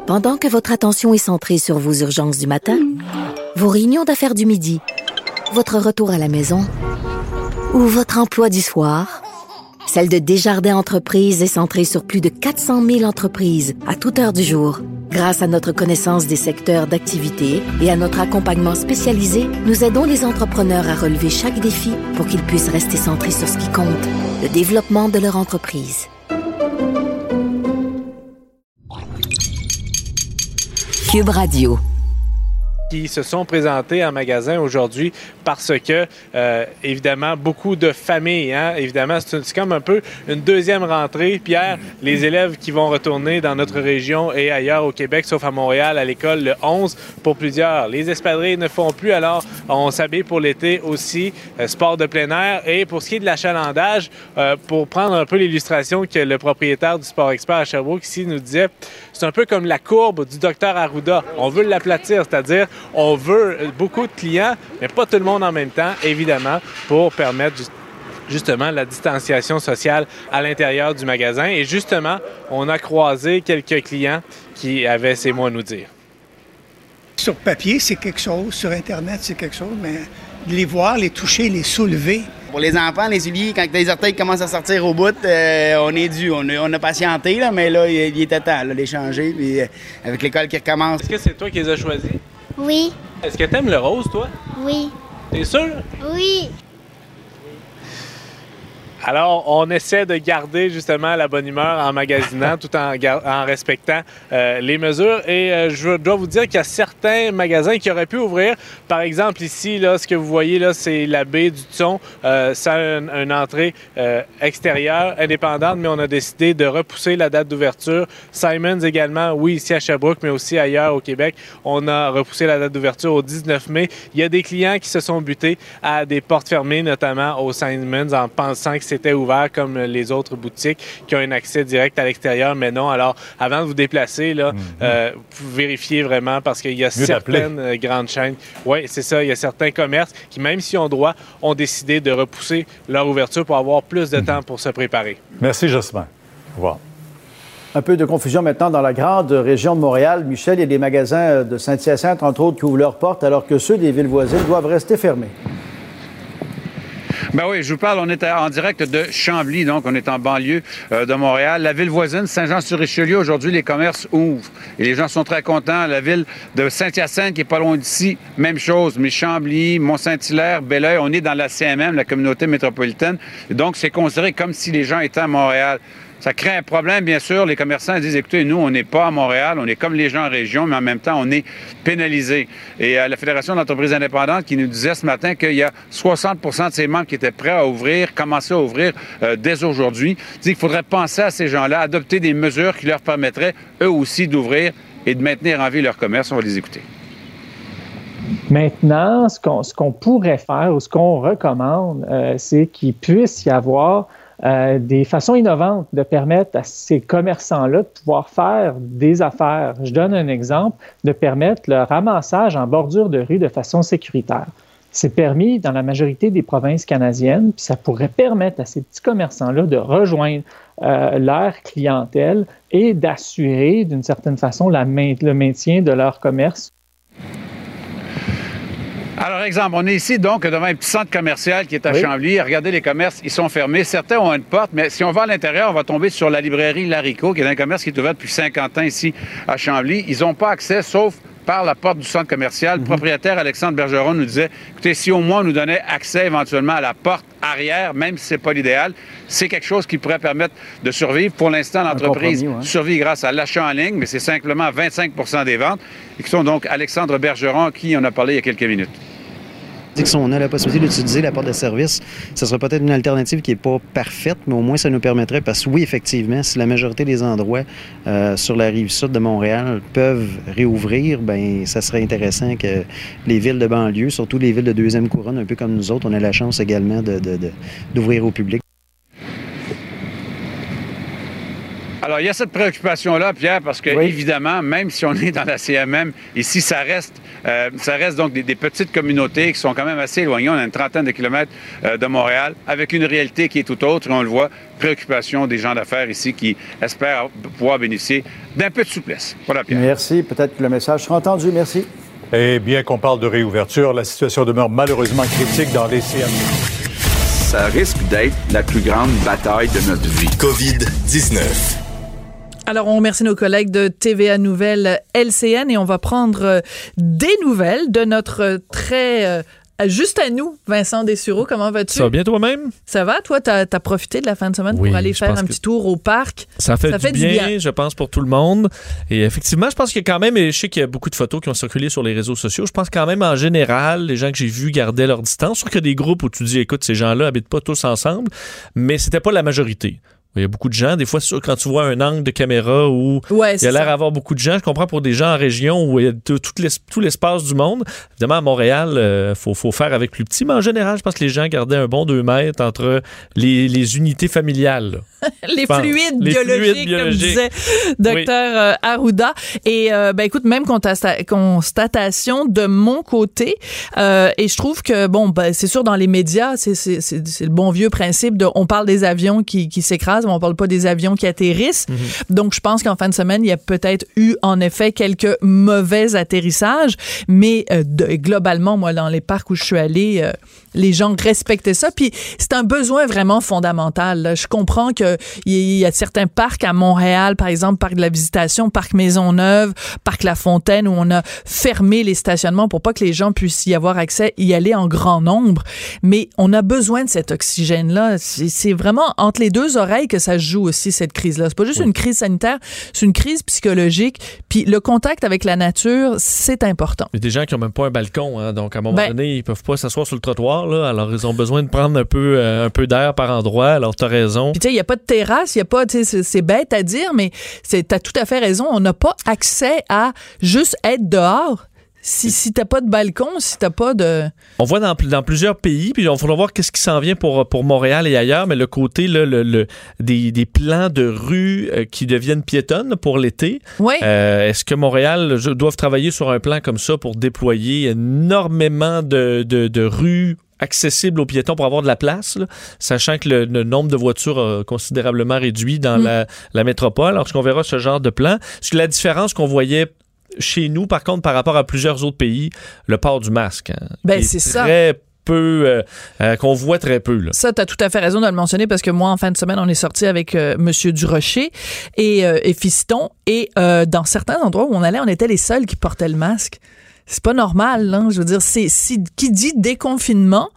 Pendant que votre attention est centrée sur vos urgences du matin, vos réunions d'affaires du midi, votre retour à la maison ou votre emploi du soir, celle de Desjardins Entreprises est centrée sur plus de 400 000 entreprises à toute heure du jour. Grâce à notre connaissance des secteurs d'activité et à notre accompagnement spécialisé, nous aidons les entrepreneurs à relever chaque défi pour qu'ils puissent rester centrés sur ce qui compte, le développement de leur entreprise. Cube Radio. Qui se sont présentés en magasin aujourd'hui parce que, évidemment, beaucoup de familles, évidemment, c'est comme un peu une deuxième rentrée. Pierre, les élèves qui vont retourner dans notre région et ailleurs au Québec, sauf à Montréal, à l'école le 11 pour plusieurs. Les espadrilles ne font plus, alors on s'habille pour l'été aussi, sport de plein air. Et pour ce qui est de l'achalandage, pour prendre un peu l'illustration que le propriétaire du Sport Expert à Sherbrooke ici nous disait, c'est un peu comme la courbe du docteur Arruda. On veut l'aplatir, c'est-à-dire on veut beaucoup de clients, mais pas tout le monde en même temps, évidemment, pour permettre justement la distanciation sociale à l'intérieur du magasin. Et justement, on a croisé quelques clients qui avaient ces mots à nous dire. Sur papier, c'est quelque chose. Sur Internet, c'est quelque chose. Mais de les voir, les toucher, les soulever. Pour les enfants, les souliers, quand les orteils commencent à sortir au bout, on est dû. On a patienté, là, mais là, il était temps de les changer. Puis, avec l'école qui recommence. Est-ce que c'est toi qui les as choisis? Oui. Est-ce que t'aimes le rose, toi? Oui. T'es sûr? Oui. Alors, on essaie de garder justement la bonne humeur en magasinant tout en respectant les mesures. Et je dois vous dire qu'il y a certains magasins qui auraient pu ouvrir. Par exemple, ici, là, ce que vous voyez, là, c'est la baie du Thon. Ça a une entrée extérieure indépendante, mais on a décidé de repousser la date d'ouverture. Simons également, oui, ici à Sherbrooke, mais aussi ailleurs au Québec. On a repoussé la date d'ouverture au 19 mai. Il y a des clients qui se sont butés à des portes fermées, notamment au Simons, en pensant que c'était ouvert comme les autres boutiques qui ont un accès direct à l'extérieur, mais non. Alors, avant de vous déplacer, là, vous pouvez vérifier vraiment parce qu'il y a certaines grandes chaînes. Oui, c'est ça. Il y a certains commerces qui, même s'ils ont droit, ont décidé de repousser leur ouverture pour avoir plus de temps pour se préparer. Merci, Jocelyn. Au revoir. Un peu de confusion maintenant dans la grande région de Montréal. Michel, il y a des magasins de Saint-Hyacinthe, entre autres, qui ouvrent leurs portes alors que ceux des villes voisines doivent rester fermés. Ben oui, je vous parle, on est en direct de Chambly, donc on est en banlieue de Montréal. La ville voisine, Saint-Jean-sur-Richelieu, aujourd'hui, les commerces ouvrent et les gens sont très contents. La ville de Saint-Hyacinthe, qui est pas loin d'ici, même chose. Mais Chambly, Mont-Saint-Hilaire, Belleuil, on est dans la CMM, la communauté métropolitaine. Et donc, c'est considéré comme si les gens étaient à Montréal. Ça crée un problème, bien sûr. Les commerçants disent, écoutez, nous, on n'est pas à Montréal, on est comme les gens en région, mais en même temps, on est pénalisés. Et la Fédération d'entreprises indépendantes qui nous disait ce matin qu'il y a 60 de ses membres qui étaient prêts à ouvrir, commencer à ouvrir dès aujourd'hui, dit qu'il faudrait penser à ces gens-là, adopter des mesures qui leur permettraient, eux aussi, d'ouvrir et de maintenir en vie leur commerce. On va les écouter. Maintenant, ce qu'on pourrait faire ou ce qu'on recommande, c'est qu'il puisse y avoir des façons innovantes de permettre à ces commerçants-là de pouvoir faire des affaires. Je donne un exemple, de permettre le ramassage en bordure de rue de façon sécuritaire. C'est permis dans la majorité des provinces canadiennes, puis ça pourrait permettre à ces petits commerçants-là de rejoindre leur clientèle et d'assurer d'une certaine façon le maintien de leur commerce. Alors, exemple, on est ici, donc, devant un petit centre commercial qui est à Chambly. Regardez, les commerces, ils sont fermés. Certains ont une porte, mais si on va à l'intérieur, on va tomber sur la librairie Larico, qui est un commerce qui est ouvert depuis 50 ans ici à Chambly. Ils n'ont pas accès, sauf par la porte du centre commercial. Le propriétaire Alexandre Bergeron nous disait, écoutez, si au moins on nous donnait accès éventuellement à la porte arrière, même si ce n'est pas l'idéal, c'est quelque chose qui pourrait permettre de survivre. Pour l'instant, l'entreprise survit grâce à l'achat en ligne, mais c'est simplement 25 des ventes, et qui sont donc Alexandre Bergeron, à qui on a parlé il y a quelques minutes. Si on a la possibilité d'utiliser la porte de service, ce serait peut-être une alternative qui n'est pas parfaite, mais au moins ça nous permettrait, parce que oui, effectivement, si la majorité des endroits sur la rive sud de Montréal peuvent réouvrir, bien, ça serait intéressant que les villes de banlieue, surtout les villes de deuxième couronne, un peu comme nous autres, on a la chance également d'ouvrir au public. Alors, il y a cette préoccupation-là, Pierre, parce que, évidemment, même si on est dans la CMM, ici, ça reste donc des petites communautés qui sont quand même assez éloignées. On a une trentaine de kilomètres de Montréal, avec une réalité qui est tout autre, et on le voit, préoccupation des gens d'affaires ici qui espèrent pouvoir bénéficier d'un peu de souplesse. Voilà, Pierre. Merci. Peut-être que le message sera entendu. Merci. Et bien qu'on parle de réouverture, la situation demeure malheureusement critique dans les CMM. Ça risque d'être la plus grande bataille de notre vie. COVID-19. Alors, on remercie nos collègues de TVA Nouvelles LCN et on va prendre des nouvelles de notre très... juste à nous, Vincent Dessureau, comment vas-tu? Ça va bien toi-même? Ça va? Toi, t'as profité de la fin de semaine pour aller faire un petit tour au parc. Ça fait du bien, je pense, pour tout le monde. Et effectivement, je pense qu'il y a quand même, et je sais qu'il y a beaucoup de photos qui ont circulé sur les réseaux sociaux, je pense quand même, en général, les gens que j'ai vus gardaient leur distance. Sûr qu'il y a des groupes où tu dis, écoute, ces gens-là habitent pas tous ensemble, mais c'était pas la majorité. Il y a beaucoup de gens. Des fois, quand tu vois un angle de caméra où il y a l'air d'avoir beaucoup de gens, je comprends pour des gens en région où il y a tout l'espace du monde. Évidemment, à Montréal, faut faire avec plus petit, mais en général, je pense que les gens gardaient un bon 2 mètres entre les unités familiales. Les fluides biologiques, comme disait Dr. Arruda. Et écoute, même constatation de mon côté. Et je trouve que, c'est sûr, dans les médias, c'est le bon vieux principe de on parle des avions qui s'écrasent, mais on parle pas des avions qui atterrissent. Mm-hmm. Donc, je pense qu'en fin de semaine, il y a peut-être eu, en effet, quelques mauvais atterrissages. Mais globalement, moi, dans les parcs où je suis allée, les gens respectaient ça. Puis, c'est un besoin vraiment fondamental. Là. Je comprends qu'il y a certains parcs à Montréal, par exemple, Parc de la Visitation, Parc Maisonneuve, Parc La Fontaine, où on a fermé les stationnements pour pas que les gens puissent y avoir accès, y aller en grand nombre. Mais on a besoin de cet oxygène-là. C'est vraiment entre les deux oreilles que ça se joue aussi, cette crise-là. C'est pas juste une crise sanitaire, c'est une crise psychologique. Puis le contact avec la nature, c'est important. Il y a des gens qui ont même pas un balcon, hein, donc à un moment donné, ils peuvent pas s'asseoir sur le trottoir, là, alors ils ont besoin de prendre un peu d'air par endroit. Alors t'as raison. Puis tu sais, il y a pas de terrasse, il y a pas, tu sais, c'est bête à dire, mais t'as tout à fait raison. On n'a pas accès à juste être dehors. Si t'as pas de balcon, si t'as pas de... On voit dans plusieurs pays, puis on faudra voir qu'est-ce qui s'en vient pour Montréal et ailleurs, mais le côté là, des plans de rues qui deviennent piétonnes pour l'été. Oui. Est-ce que Montréal doivent travailler sur un plan comme ça pour déployer énormément de rues accessible aux piétons pour avoir de la place, là, sachant que le nombre de voitures a considérablement réduit dans la métropole. Lorsqu'on verra ce genre de plan, parce que la différence qu'on voyait chez nous, par contre, par rapport à plusieurs autres pays, le port du masque. Hein, c'est ça. Très peu, qu'on voit très peu. Là. Ça, tu as tout à fait raison de le mentionner parce que moi, en fin de semaine, on est sorti avec Monsieur Durocher et Fiston et dans certains endroits où on allait, on était les seuls qui portaient le masque. C'est pas normal, hein? Je veux dire, qui dit déconfinement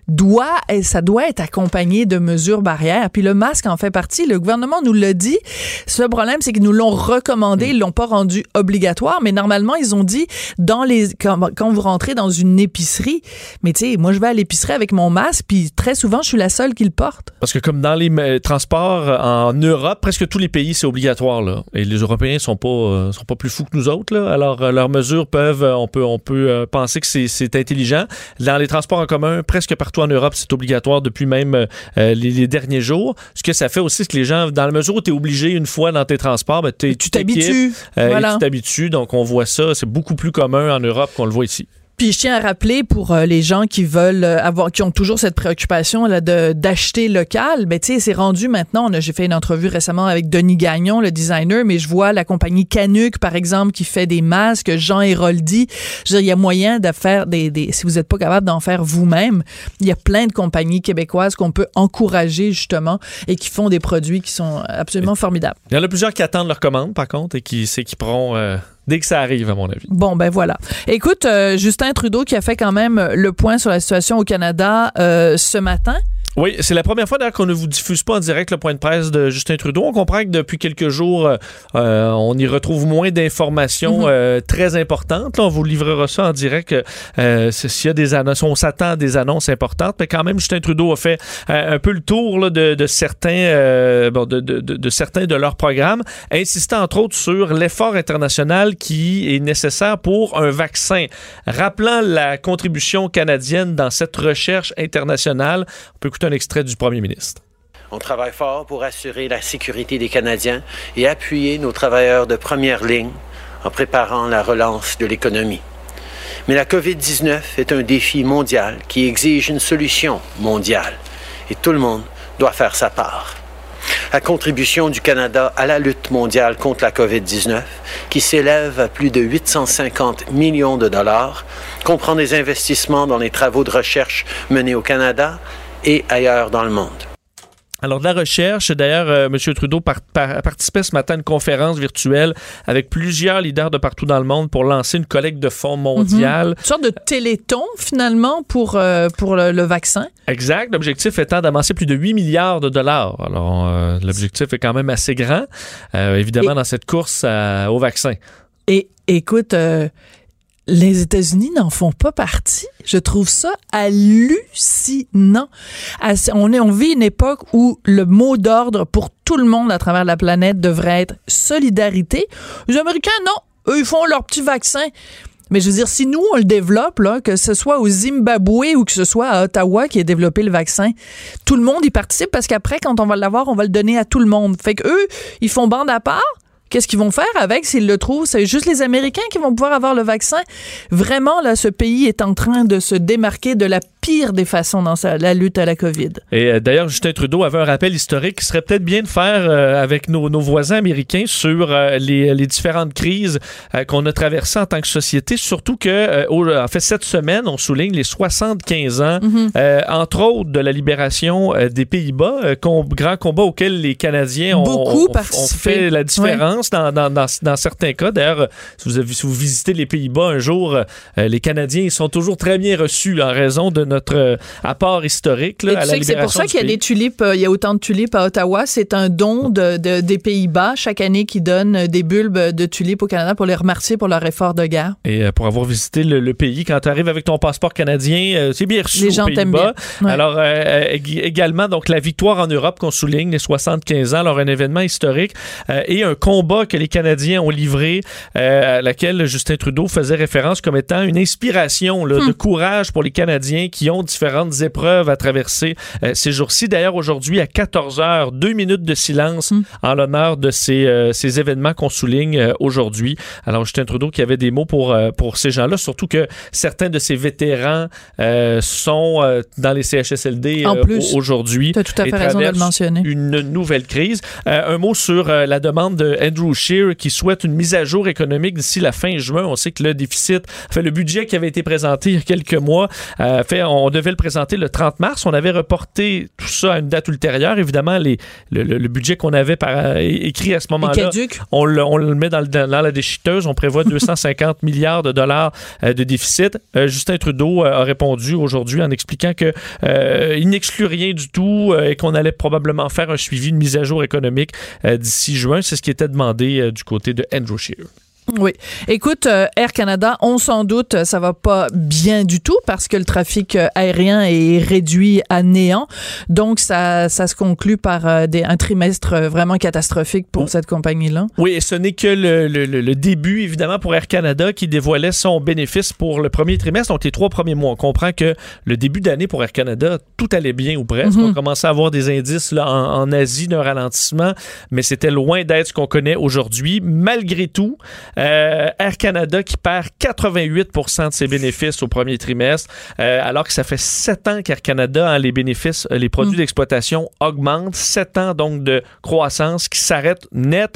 ça doit être accompagné de mesures barrières. Puis le masque en fait partie. Le gouvernement nous l'a dit. Ce problème, c'est qu'ils nous l'ont recommandé. Ils l'ont pas rendu obligatoire. Mais normalement, ils ont dit quand vous rentrez dans une épicerie, mais tu sais, moi, je vais à l'épicerie avec mon masque, puis très souvent, je suis la seule qui le porte. Parce que comme dans les transports en Europe, presque tous les pays, c'est obligatoire, là. Et les Européens sont pas plus fous que nous autres, là. Alors, leurs mesures on peut penser que c'est intelligent. Dans les transports en commun, presque partout en Europe, c'est obligatoire depuis même les derniers jours. Ce que ça fait aussi, c'est que les gens, dans la mesure où tu es obligé une fois dans tes transports, tu t'habitues. Voilà. Et tu t'habitues. Donc, on voit ça. C'est beaucoup plus commun en Europe qu'on le voit ici. Puis je tiens à rappeler pour les gens qui veulent qui ont toujours cette préoccupation là d'acheter local, ben tu sais, c'est rendu maintenant. J'ai fait une entrevue récemment avec Denis Gagnon, le designer, mais je vois la compagnie Canuck, par exemple, qui fait des masques, Jean Héroldi. Je veux dire, il y a moyen de faire si vous n'êtes pas capable d'en faire vous-même, il y a plein de compagnies québécoises qu'on peut encourager justement et qui font des produits qui sont absolument formidables. Il y en a plusieurs qui attendent leur commande, par contre, et qui pourront... dès que ça arrive, à mon avis. Bon, ben voilà. Écoute, Justin Trudeau qui a fait quand même le point sur la situation au Canada ce matin. Oui, c'est la première fois d'ailleurs qu'on ne vous diffuse pas en direct le point de presse de Justin Trudeau. On comprend que depuis quelques jours, on y retrouve moins d'informations très importantes. Là, on vous livrera ça en direct s'il y a des annonces. On s'attend à des annonces importantes, mais quand même, Justin Trudeau a fait un peu le tour là, de certains de leurs programmes, insistant entre autres sur l'effort international qui est nécessaire pour un vaccin. Rappelant la contribution canadienne dans cette recherche internationale, on peut écouter un extrait du premier ministre. On travaille fort pour assurer la sécurité des Canadiens et appuyer nos travailleurs de première ligne en préparant la relance de l'économie. Mais la COVID-19 est un défi mondial qui exige une solution mondiale et tout le monde doit faire sa part. La contribution du Canada à la lutte mondiale contre la COVID-19, qui s'élève à plus de 850 millions de dollars, comprend des investissements dans les travaux de recherche menés au Canada et ailleurs dans le monde. Alors, de la recherche, d'ailleurs, M. Trudeau participait ce matin à une conférence virtuelle avec plusieurs leaders de partout dans le monde pour lancer une collecte de fonds mondiale. Une sorte de téléthon, finalement, pour le vaccin. Exact. L'objectif étant d'amasser plus de 8 milliards de dollars. Alors, l'objectif est quand même assez grand, évidemment, dans cette course au vaccin. Et écoute... les États-Unis n'en font pas partie. Je trouve ça hallucinant. On vit une époque où le mot d'ordre pour tout le monde à travers la planète devrait être solidarité. Les Américains, non. Eux, ils font leur petit vaccin. Mais je veux dire, si nous, on le développe, là, que ce soit au Zimbabwe ou que ce soit à Ottawa qui ait développé le vaccin, tout le monde y participe parce qu'après, quand on va l'avoir, on va le donner à tout le monde. Fait qu'eux, ils font bande à part. Qu'est-ce qu'ils vont faire avec s'ils le trouvent? C'est juste les Américains qui vont pouvoir avoir le vaccin. Vraiment, là, ce pays est en train de se démarquer de la pire des façons dans la lutte à la COVID. Et d'ailleurs, Justin Trudeau avait un rappel historique qui serait peut-être bien de faire avec nos voisins américains sur les différentes crises qu'on a traversées en tant que société, surtout que, en fait, cette semaine, on souligne les 75 ans, entre autres, de la libération des Pays-Bas, grand combat auquel les Canadiens ont fait la différence dans certains cas. D'ailleurs, si vous visitez les Pays-Bas un jour, les Canadiens ils sont toujours très bien reçus là, en raison de notre apport historique là, à la libération. C'est pour ça qu'il y a des tulipes, il y a autant de tulipes à Ottawa. C'est un don des Pays-Bas chaque année qui donne des bulbes de tulipes au Canada pour les remercier pour leur effort de guerre. Et pour avoir visité le pays, quand tu arrives avec ton passeport canadien, c'est bien reçu les gens aux Pays-Bas. T'aiment bien. Ouais. Alors, également, donc la victoire en Europe qu'on souligne, les 75 ans, alors un événement historique et un combat que les Canadiens ont livré, à laquelle Justin Trudeau faisait référence comme étant une inspiration là, de courage pour les Canadiens qui ont différentes épreuves à traverser ces jours-ci. D'ailleurs, aujourd'hui, à 14h, 2 minutes de silence en l'honneur de ces événements qu'on souligne aujourd'hui. Alors, Justin Trudeau qui avait des mots pour ces gens-là, surtout que certains de ces vétérans sont dans les CHSLD aujourd'hui. Tu as tout à fait raison de le mentionner. Une nouvelle crise. Un mot sur la demande de Andrew Scheer qui souhaite une mise à jour économique d'ici la fin juin. On sait que le déficit, le budget qui avait été présenté il y a quelques mois, on devait le présenter le 30 mars. On avait reporté tout ça à une date ultérieure. Évidemment, le budget qu'on avait écrit à ce moment-là, on le met dans la déchiqueteuse. On prévoit 250 milliards de dollars de déficit. Justin Trudeau a répondu aujourd'hui en expliquant qu'il n'exclut rien du tout et qu'on allait probablement faire un suivi, une mise à jour économique d'ici juin. C'est ce qui était demandé du côté de Andrew Scheer. Oui. Écoute, Air Canada, on s'en doute, ça va pas bien du tout parce que le trafic aérien est réduit à néant. Donc, ça se conclut par un trimestre vraiment catastrophique pour cette compagnie-là. Oui, et ce n'est que le début, évidemment, pour Air Canada qui dévoilait son bénéfice pour le premier trimestre, donc les 3 premiers mois. On comprend que le début d'année pour Air Canada, tout allait bien ou presque. On commençait à avoir des indices là, en Asie d'un ralentissement, mais c'était loin d'être ce qu'on connaît aujourd'hui. Malgré tout, Air Canada qui perd 88% de ses bénéfices au premier trimestre, alors que ça fait 7 ans qu'Air Canada, les bénéfices, les produits d'exploitation augmentent. 7 ans donc de croissance qui s'arrête net.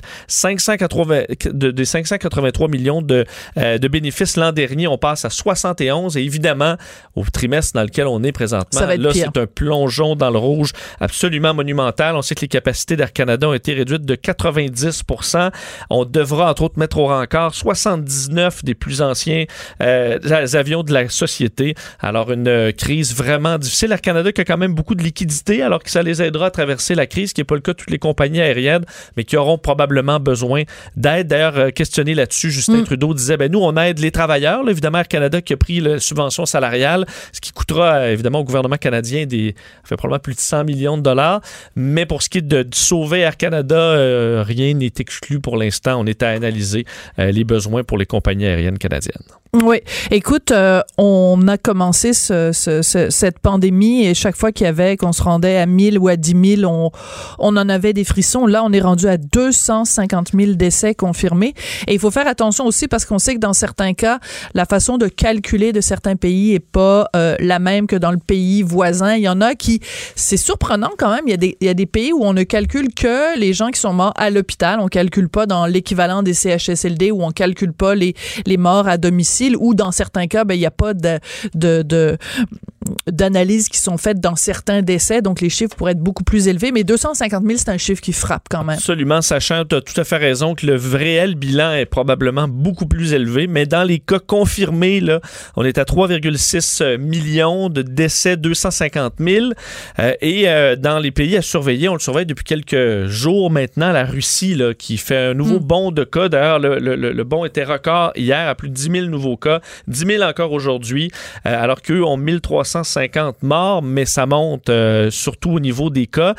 583 millions de bénéfices l'an dernier. On passe à 71 et évidemment, au trimestre dans lequel on est présentement, là, c'est un plongeon dans le rouge absolument monumental. On sait que les capacités d'Air Canada ont été réduites de 90%. On devra entre autres mettre au rencard 79 des plus anciens avions de la société. Alors, une crise vraiment difficile. Air Canada qui a quand même beaucoup de liquidités, alors que ça les aidera à traverser la crise, ce qui n'est pas le cas de toutes les compagnies aériennes, mais qui auront probablement besoin d'aide. D'ailleurs, questionné là-dessus, Justin Trudeau disait, nous, on aide les travailleurs. Là, évidemment, Air Canada qui a pris la subvention salariale, ce qui coûtera, évidemment, au gouvernement canadien fait probablement plus de 100 millions de dollars. Mais pour ce qui est de sauver Air Canada, rien n'est exclu pour l'instant. On est à analyser les besoins pour les compagnies aériennes canadiennes. Oui. Écoute, on a commencé cette pandémie et chaque fois qu'on se rendait à 1000 ou à 10 000, on en avait des frissons. Là, on est rendu à 250 000 décès confirmés. Et il faut faire attention aussi parce qu'on sait que dans certains cas, la façon de calculer de certains pays est pas la même que dans le pays voisin. Il y en a qui, c'est surprenant quand même, il y a des pays où on ne calcule que les gens qui sont morts à l'hôpital. On calcule pas dans l'équivalent des CHSLD ou on calcule pas les morts à domicile. Ou dans certains cas, il n'y a pas d'analyses qui sont faites dans certains décès, donc les chiffres pourraient être beaucoup plus élevés, mais 250 000, c'est un chiffre qui frappe quand même. Absolument, sachant, tu as tout à fait raison, que le réel bilan est probablement beaucoup plus élevé, mais dans les cas confirmés, là, on est à 3,6 millions de décès, 250 000, et dans les pays à surveiller, on le surveille depuis quelques jours maintenant, la Russie, là, qui fait un nouveau bond de cas. D'ailleurs, le bond était record hier à plus de 10 000 nouveaux cas, 10 000 encore aujourd'hui, alors qu'eux ont 1350 morts, mais ça monte surtout au niveau des cas.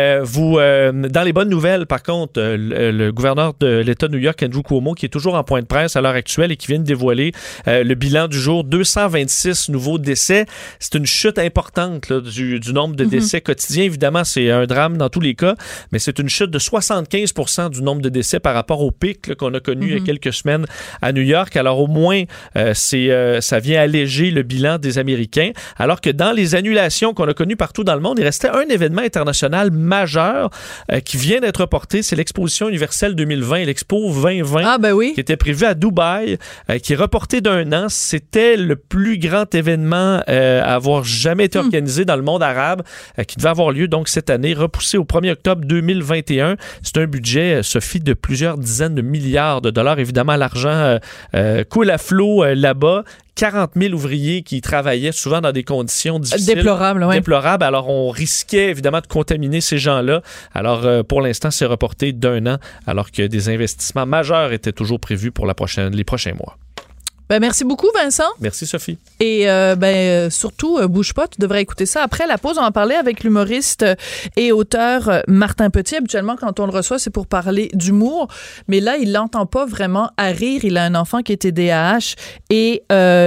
Dans les bonnes nouvelles, par contre, le gouverneur de l'État de New York, Andrew Cuomo, qui est toujours en point de presse à l'heure actuelle et qui vient de dévoiler le bilan du jour, 226 nouveaux décès. C'est une chute importante là, du nombre de décès quotidiens. Évidemment, c'est un drame dans tous les cas, mais c'est une chute de 75% du nombre de décès par rapport au pic là, qu'on a connu il y a quelques semaines à New York. Alors, au moins, ça vient alléger le bilan des Américains, alors que dans les annulations qu'on a connues partout dans le monde, il restait un événement international majeur qui vient d'être reporté, c'est l'Exposition universelle 2020, l'Expo 2020, qui était prévu à Dubaï, qui est reporté d'un an. C'était le plus grand événement à avoir jamais été organisé dans le monde arabe, qui devait avoir lieu donc cette année, repoussé au 1er octobre 2021. C'est un budget, Sophie, de plusieurs dizaines de milliards de dollars. Évidemment, l'argent coule à flot là-bas. 40 000 ouvriers qui travaillaient souvent dans des conditions difficiles. Déplorables, oui. Déplorables. Alors, on risquait évidemment de contaminer ces gens-là. Alors, pour l'instant, c'est reporté d'un an, alors que des investissements majeurs étaient toujours prévus pour les prochains mois. Merci beaucoup, Vincent. Merci, Sophie. Et surtout, bouge pas, tu devrais écouter ça. Après la pause, on va en parler avec l'humoriste et auteur Martin Petit. Habituellement, quand on le reçoit, c'est pour parler d'humour. Mais là, il l'entend pas vraiment à rire. Il a un enfant qui est TDAH et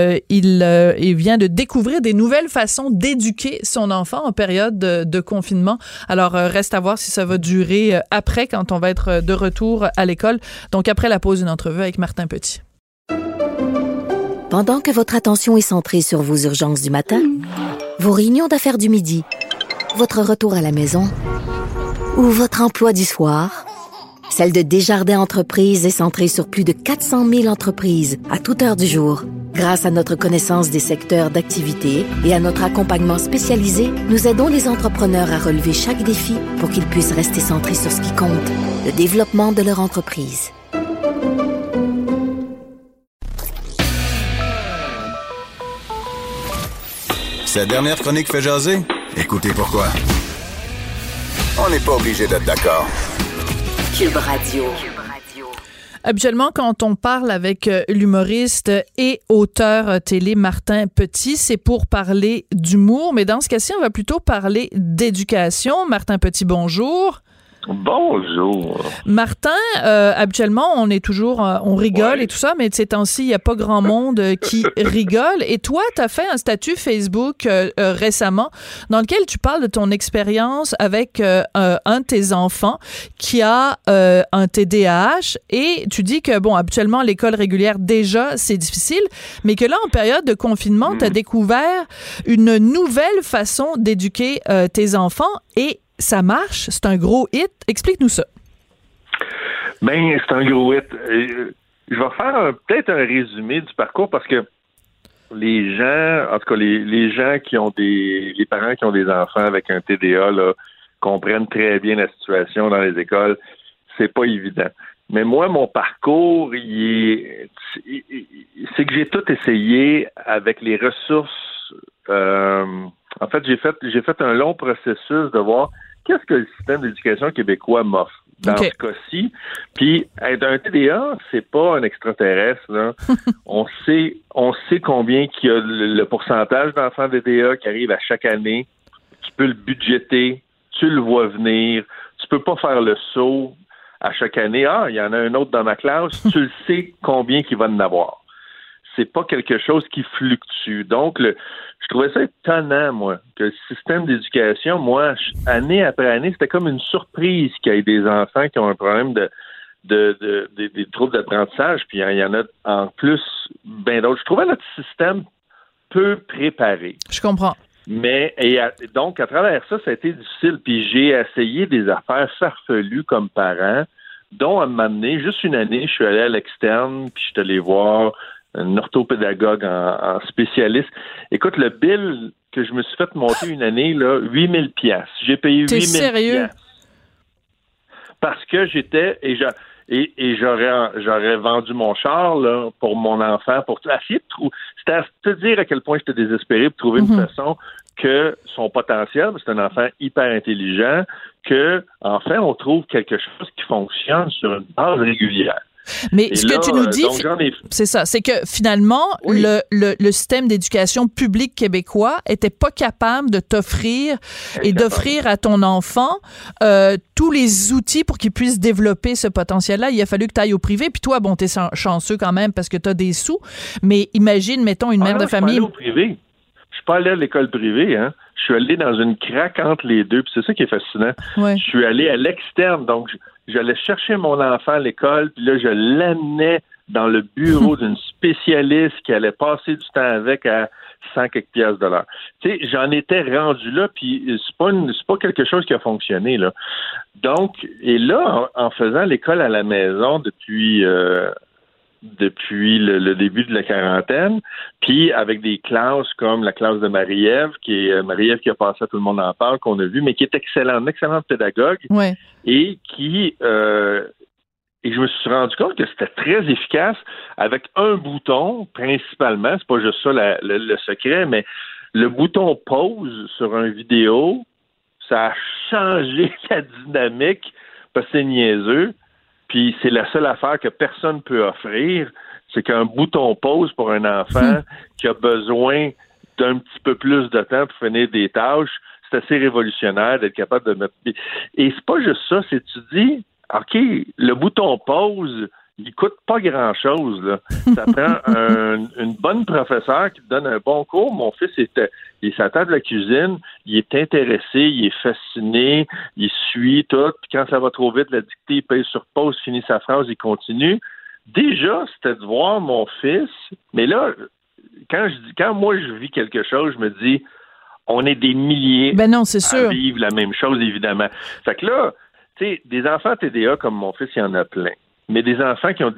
il vient de découvrir des nouvelles façons d'éduquer son enfant en période de confinement. Alors, reste à voir si ça va durer après, quand on va être de retour à l'école. Donc, après la pause, une entrevue avec Martin Petit. Pendant que votre attention est centrée sur vos urgences du matin, vos réunions d'affaires du midi, votre retour à la maison ou votre emploi du soir, celle de Desjardins Entreprises est centrée sur plus de 400 000 entreprises à toute heure du jour. Grâce à notre connaissance des secteurs d'activité et à notre accompagnement spécialisé, nous aidons les entrepreneurs à relever chaque défi pour qu'ils puissent rester centrés sur ce qui compte, le développement de leur entreprise. Cette dernière chronique fait jaser? Écoutez pourquoi. On n'est pas obligé d'être d'accord. Cube Radio. Habituellement, quand on parle avec l'humoriste et auteur télé Martin Petit, c'est pour parler d'humour, mais dans ce cas-ci, on va plutôt parler d'éducation. Martin Petit, bonjour. Bonjour. Martin, habituellement, on est toujours, on rigole et tout ça, mais de ces temps-ci, il n'y a pas grand monde qui rigole. Et toi, tu as fait un statut Facebook récemment dans lequel tu parles de ton expérience avec un de tes enfants qui a un TDAH et tu dis que, bon, habituellement, l'école régulière, déjà, c'est difficile, mais que là, en période de confinement, tu as découvert une nouvelle façon d'éduquer tes enfants et ça marche, c'est un gros hit. Explique-nous ça. Ben, c'est un gros hit. Je vais faire peut-être un résumé du parcours parce que les gens, en tout cas les gens qui ont les parents qui ont des enfants avec un TDA là, comprennent très bien la situation dans les écoles. C'est pas évident. Mais moi, mon parcours, c'est que j'ai tout essayé avec les ressources. En fait, j'ai fait un long processus de voir qu'est-ce que le système d'éducation québécois m'offre dans ce cas-ci. Puis, être un TDA, c'est pas un extraterrestre, là. On sait combien qu'il y a le pourcentage d'enfants TDA qui arrivent à chaque année. Tu peux le budgéter, tu le vois venir, tu peux pas faire le saut. à chaque année, il y en a un autre dans ma classe, tu le sais combien qu'il va en avoir. C'est pas quelque chose qui fluctue. Donc, je trouvais ça étonnant, moi, que le système d'éducation, moi, année après année, c'était comme une surprise qu'il y ait des enfants qui ont un problème des troubles d'apprentissage, puis il y en a en plus bien d'autres. Je trouvais notre système peu préparé. Je comprends. Mais, donc, à travers ça, ça a été difficile. Puis j'ai essayé des affaires farfelues comme parent, dont à m'amener, juste une année, je suis allé à l'externe, puis je suis allé voir un orthopédagogue en spécialiste. Écoute, le bill que je me suis fait monter une année, là, 8 000 $. J'ai payé 8 000 $. T'es sérieux? Parce que j'étais... Et j'aurais vendu mon char là, pour mon enfant, pour essayer de trouver... C'était à te dire à quel point j'étais désespéré pour trouver une façon que son potentiel, c'est un enfant hyper intelligent, que enfin on trouve quelque chose qui fonctionne sur une base régulière. Mais ce que tu nous dis, c'est ça, c'est que finalement, le système d'éducation publique québécois était pas capable de t'offrir et d'offrir à ton enfant tous les outils pour qu'il puisse développer ce potentiel-là. Il a fallu que tu ailles au privé. Puis toi, bon, t'es chanceux quand même parce que t'as des sous, mais imagine, mettons, une mère de famille... Je suis pas allé au privé. Je suis pas allé à l'école privée, hein. Je suis allé dans une craque entre les deux, puis c'est ça qui est fascinant. Ouais. Je suis allé à l'externe, donc j'allais chercher mon enfant à l'école, puis là, je l'amenais dans le bureau d'une spécialiste qui allait passer du temps avec à 100 quelques piastres de l'heure. Tu sais, j'en étais rendu là, puis c'est pas quelque chose qui a fonctionné, là. Donc, et là, en faisant l'école à la maison depuis le début de la quarantaine, puis avec des classes comme la classe de Marie-Ève, qui a passé à Tout le monde en parle, qu'on a vu, mais qui est une excellente pédagogue, et qui et je me suis rendu compte que c'était très efficace avec un bouton, principalement, c'est pas juste ça le secret, mais le bouton pause sur une vidéo, ça a changé la dynamique, parce que c'est niaiseux. Puis c'est la seule affaire que personne ne peut offrir, c'est qu'un bouton pause pour un enfant qui a besoin d'un petit peu plus de temps pour finir des tâches, c'est assez révolutionnaire d'être capable de mettre... Et c'est pas juste ça, c'est tu dis, OK, le bouton pause, il coûte pas grand-chose, là. Ça prend une bonne professeure qui te donne un bon cours. Mon fils il est à la table de la cuisine, il est intéressé, il est fasciné, il suit tout, puis quand ça va trop vite, la dictée, il paye sur pause, finit sa phrase, il continue. Déjà, c'était de voir mon fils, mais là, quand moi je vis quelque chose, je me dis, on est des milliers à vivre la même chose, évidemment. Fait que là, tu sais, des enfants TDA comme mon fils, il y en a plein. Mais des enfants qui ont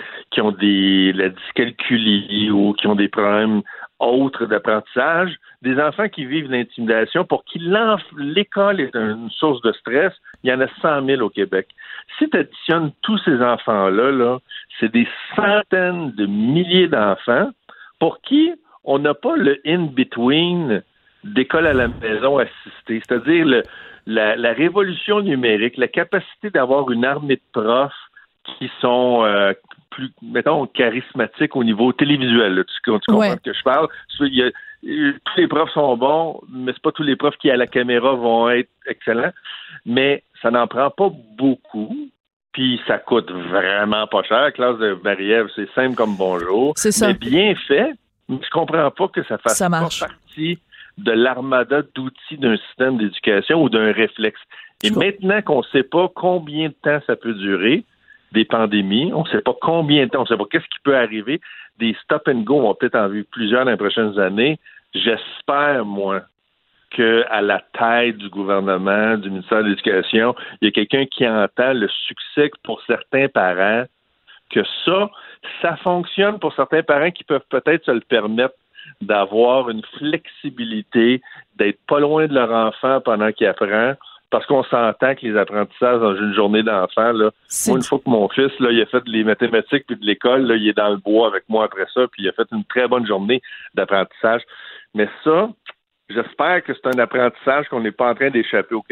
la dyscalculie ou qui ont des problèmes autres d'apprentissage, des enfants qui vivent l'intimidation, pour qui l'école est une source de stress, il y en a 100 000 au Québec. Si tu additionnes tous ces enfants-là, là, c'est des centaines de milliers d'enfants pour qui on n'a pas le in-between d'école à la maison assistée. C'est-à-dire la révolution numérique, la capacité d'avoir une armée de profs qui sont plus, mettons, charismatiques au niveau télévisuel. Là. Tu comprends de que je parle? Tous les profs sont bons, mais c'est pas tous les profs qui, à la caméra, vont être excellents. Mais ça n'en prend pas beaucoup. Puis ça coûte vraiment pas cher. La classe de Marie-Ève, c'est simple comme bonjour. C'est ça. Mais bien fait. Mais je comprends pas que ça fasse pas partie de l'armada d'outils d'un système d'éducation ou d'un réflexe. Et maintenant qu'on ne sait pas combien de temps ça peut durer, des pandémies, on ne sait pas combien de temps, on ne sait pas qu'est-ce qui peut arriver, des stop and go, on va peut-être en vivre plusieurs dans les prochaines années. J'espère, moi, qu'à la tête du gouvernement, du ministère de l'Éducation, il y a quelqu'un qui entend le succès pour certains parents, que ça fonctionne pour certains parents qui peuvent peut-être se le permettre d'avoir une flexibilité, d'être pas loin de leur enfant pendant qu'il apprend, parce qu'on s'entend que les apprentissages dans une journée d'enfant, là, moi, une fois que mon fils, là, il a fait les mathématiques puis de l'école, là, il est dans le bois avec moi après ça, puis il a fait une très bonne journée d'apprentissage. Mais ça, j'espère que c'est un apprentissage qu'on n'est pas en train d'échapper au Québec.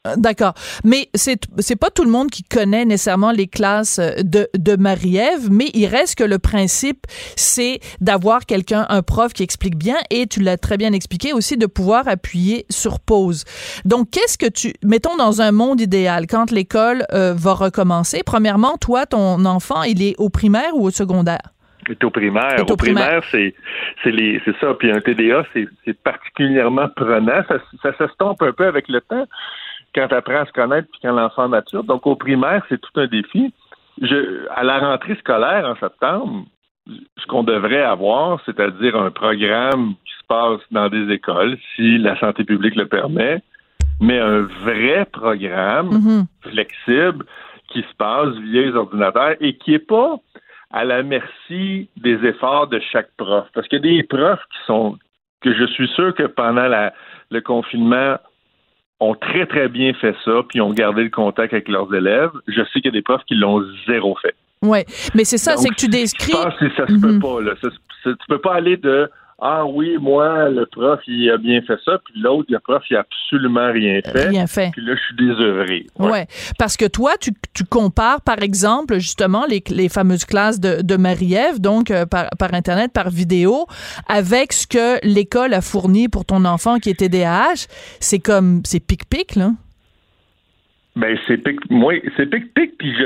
D'accord. Mais c'est pas tout le monde qui connaît nécessairement les classes de Marie-Ève, mais il reste que le principe, c'est d'avoir un prof qui explique bien, et tu l'as très bien expliqué aussi, de pouvoir appuyer sur pause. Donc, mettons dans un monde idéal, quand l'école va recommencer, premièrement, toi, ton enfant, il est au primaire ou au secondaire? Il est au primaire. Au primaire, c'est ça. Puis un TDA, c'est particulièrement prenant. Ça s'estompe un peu avec le temps, quand tu apprends à se connaître puis quand l'enfant mature. Donc, au primaire, c'est tout un défi. À la rentrée scolaire, en septembre, ce qu'on devrait avoir, c'est-à-dire un programme qui se passe dans des écoles, si la santé publique le permet, mais un vrai programme flexible qui se passe via les ordinateurs et qui n'est pas à la merci des efforts de chaque prof. Parce qu'il y a des profs que je suis sûr que pendant le confinement ont très, très bien fait ça, puis ont gardé le contact avec leurs élèves. Je sais qu'il y a des profs qui l'ont zéro fait. Oui, mais c'est ça, donc, c'est que tu décris... Je pense que ça se peut pas, là. Tu peux pas aller de « Ah oui, moi, le prof, il a bien fait ça », puis l'autre, le prof, il a absolument rien fait. Puis là, je suis désœuvré. Ouais. Parce que toi, tu compares, par exemple, justement, les fameuses classes de Marie-Ève, donc par Internet, par vidéo, avec ce que l'école a fourni pour ton enfant qui est TDAH. C'est pic-pic, là. Ben, c'est pic-pic, puis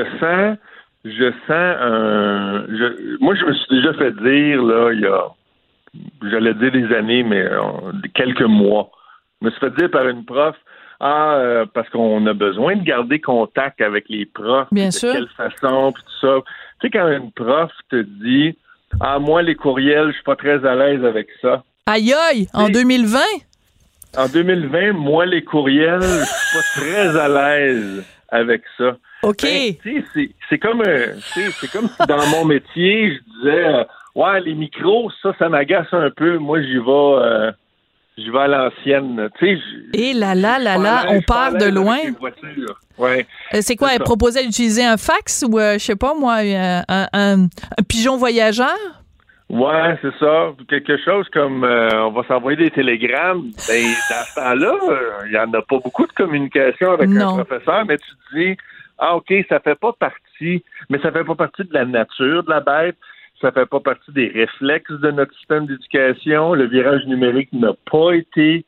moi, je me suis déjà fait dire, là, il y a, j'allais dire des années, mais quelques mois, je me suis fait dire par une prof, parce qu'on a besoin de garder contact avec les profs. Bien sûr. De quelle façon, puis tout ça. Tu sais, quand une prof te dit, moi, les courriels, je suis pas très à l'aise avec ça. Aïe aïe, en 2020? En 2020, moi, les courriels, je suis pas très à l'aise avec ça. OK. Ben, c'est comme si dans mon métier, je disais, les micros, ça m'agace un peu. Moi, j'y vais à l'ancienne. Et là, on part de loin. Ouais. C'est quoi, elle proposait d'utiliser un fax ou, je sais pas moi, un pigeon voyageur? Ouais, c'est ça. Quelque chose comme on va s'envoyer des télégrammes. Ben, dans ce temps-là, il y en a pas beaucoup de communication avec un professeur, mais tu te dis, OK, ça fait pas partie de la nature de la bête, ça fait pas partie des réflexes de notre système d'éducation. Le virage numérique n'a pas été,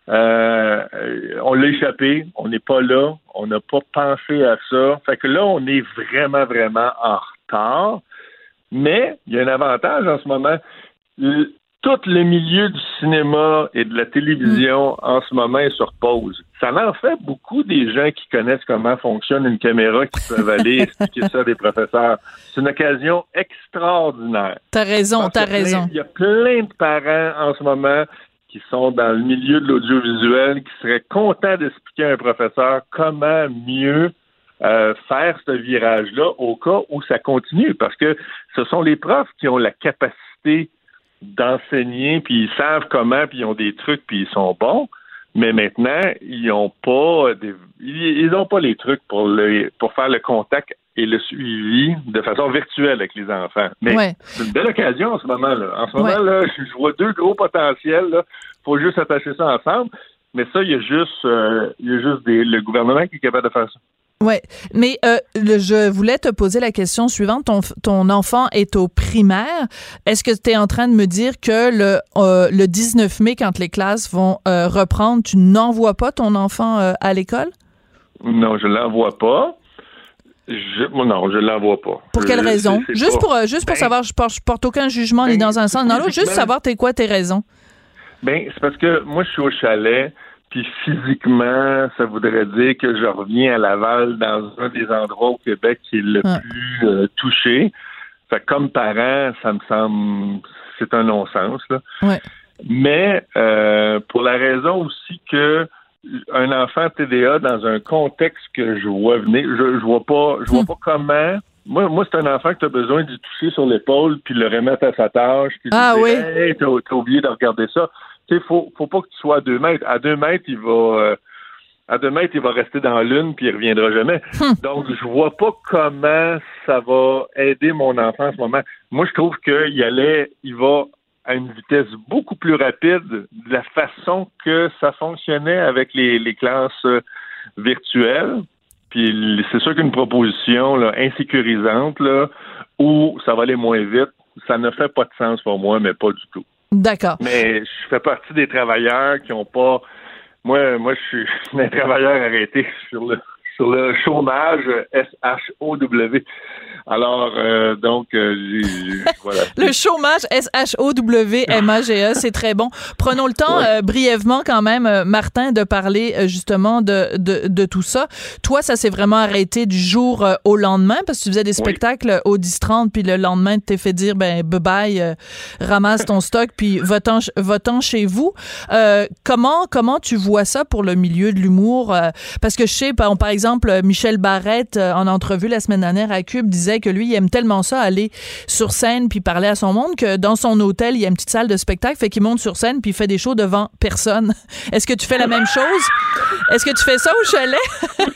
on l'a échappé, on n'est pas là, on n'a pas pensé à ça. Fait que là, on est vraiment, vraiment en retard. Mais il y a un avantage en ce moment. Tout le milieu du cinéma et de la télévision en ce moment est sur pause. Ça en fait beaucoup des gens qui connaissent comment fonctionne une caméra, qui peuvent aller expliquer ça à des professeurs. C'est une occasion extraordinaire. T'as raison. Il y a plein de parents en ce moment qui sont dans le milieu de l'audiovisuel qui seraient contents d'expliquer à un professeur comment mieux faire ce virage-là au cas où ça continue, parce que ce sont les profs qui ont la capacité d'enseigner, puis ils savent comment, puis ils ont des trucs, puis ils sont bons, mais maintenant, ils n'ont pas les trucs pour faire le contact et le suivi de façon virtuelle avec les enfants. Mais c'est une belle occasion en ce moment-là. En ce moment-là, je vois deux gros potentiels, là. Faut juste attacher ça ensemble, mais ça, il y a juste le gouvernement qui est capable de faire ça. Oui, mais je voulais te poser la question suivante. Ton enfant est au primaire. Est-ce que tu es en train de me dire que le 19 mai, quand les classes vont reprendre, tu n'envoies pas ton enfant à l'école? Non, je l'envoie pas. Non, je l'envoie pas. Pour quelle raison? Juste pour savoir, je porte aucun jugement ni dans un sens ni dans l'autre, juste savoir tes raisons. Ben, c'est parce que moi, je suis au chalet. Puis physiquement, ça voudrait dire que je reviens à Laval dans un des endroits au Québec qui est le plus touché. Fait que comme parent, ça me semble, c'est un non-sens, là. Ouais. Mais pour la raison aussi que un enfant TDA dans un contexte que je vois venir, je vois pas comment. Moi, c'est un enfant que tu as besoin de toucher sur l'épaule puis le remettre à sa tâche. Puis hey, t'as oublié de regarder ça. Tu sais, faut pas que tu sois à 2 mètres. À 2 mètres, il va rester dans l'une puis il reviendra jamais. Donc, je vois pas comment ça va aider mon enfant en ce moment. Moi, je trouve il va à une vitesse beaucoup plus rapide de la façon que ça fonctionnait avec les classes virtuel. Puis c'est sûr qu'une proposition là, insécurisante là, où ça va aller moins vite, ça ne fait pas de sens pour moi, mais pas du tout. D'accord. Mais je fais partie des travailleurs qui n'ont pas... Moi, je suis un travailleur arrêté sur le chômage SHOW. Alors, donc, voilà. Le chômage SHOWMAGE, c'est très bon. Prenons le temps, brièvement quand même, Martin, de parler justement de tout ça. Toi, ça s'est vraiment arrêté du jour au lendemain parce que tu faisais des spectacles au 10-30, puis le lendemain, tu t'es fait dire, bye-bye, ramasse ton stock, puis va-t'en chez vous. Comment tu vois ça pour le milieu de l'humour? Parce que je sais, par exemple, Michel Barrette, en entrevue la semaine dernière à Cube, disait que lui, il aime tellement ça, aller sur scène puis parler à son monde, que dans son hôtel, il y a une petite salle de spectacle, fait qu'il monte sur scène puis il fait des shows devant personne. Est-ce que tu fais la même chose? Est-ce que tu fais ça au chalet?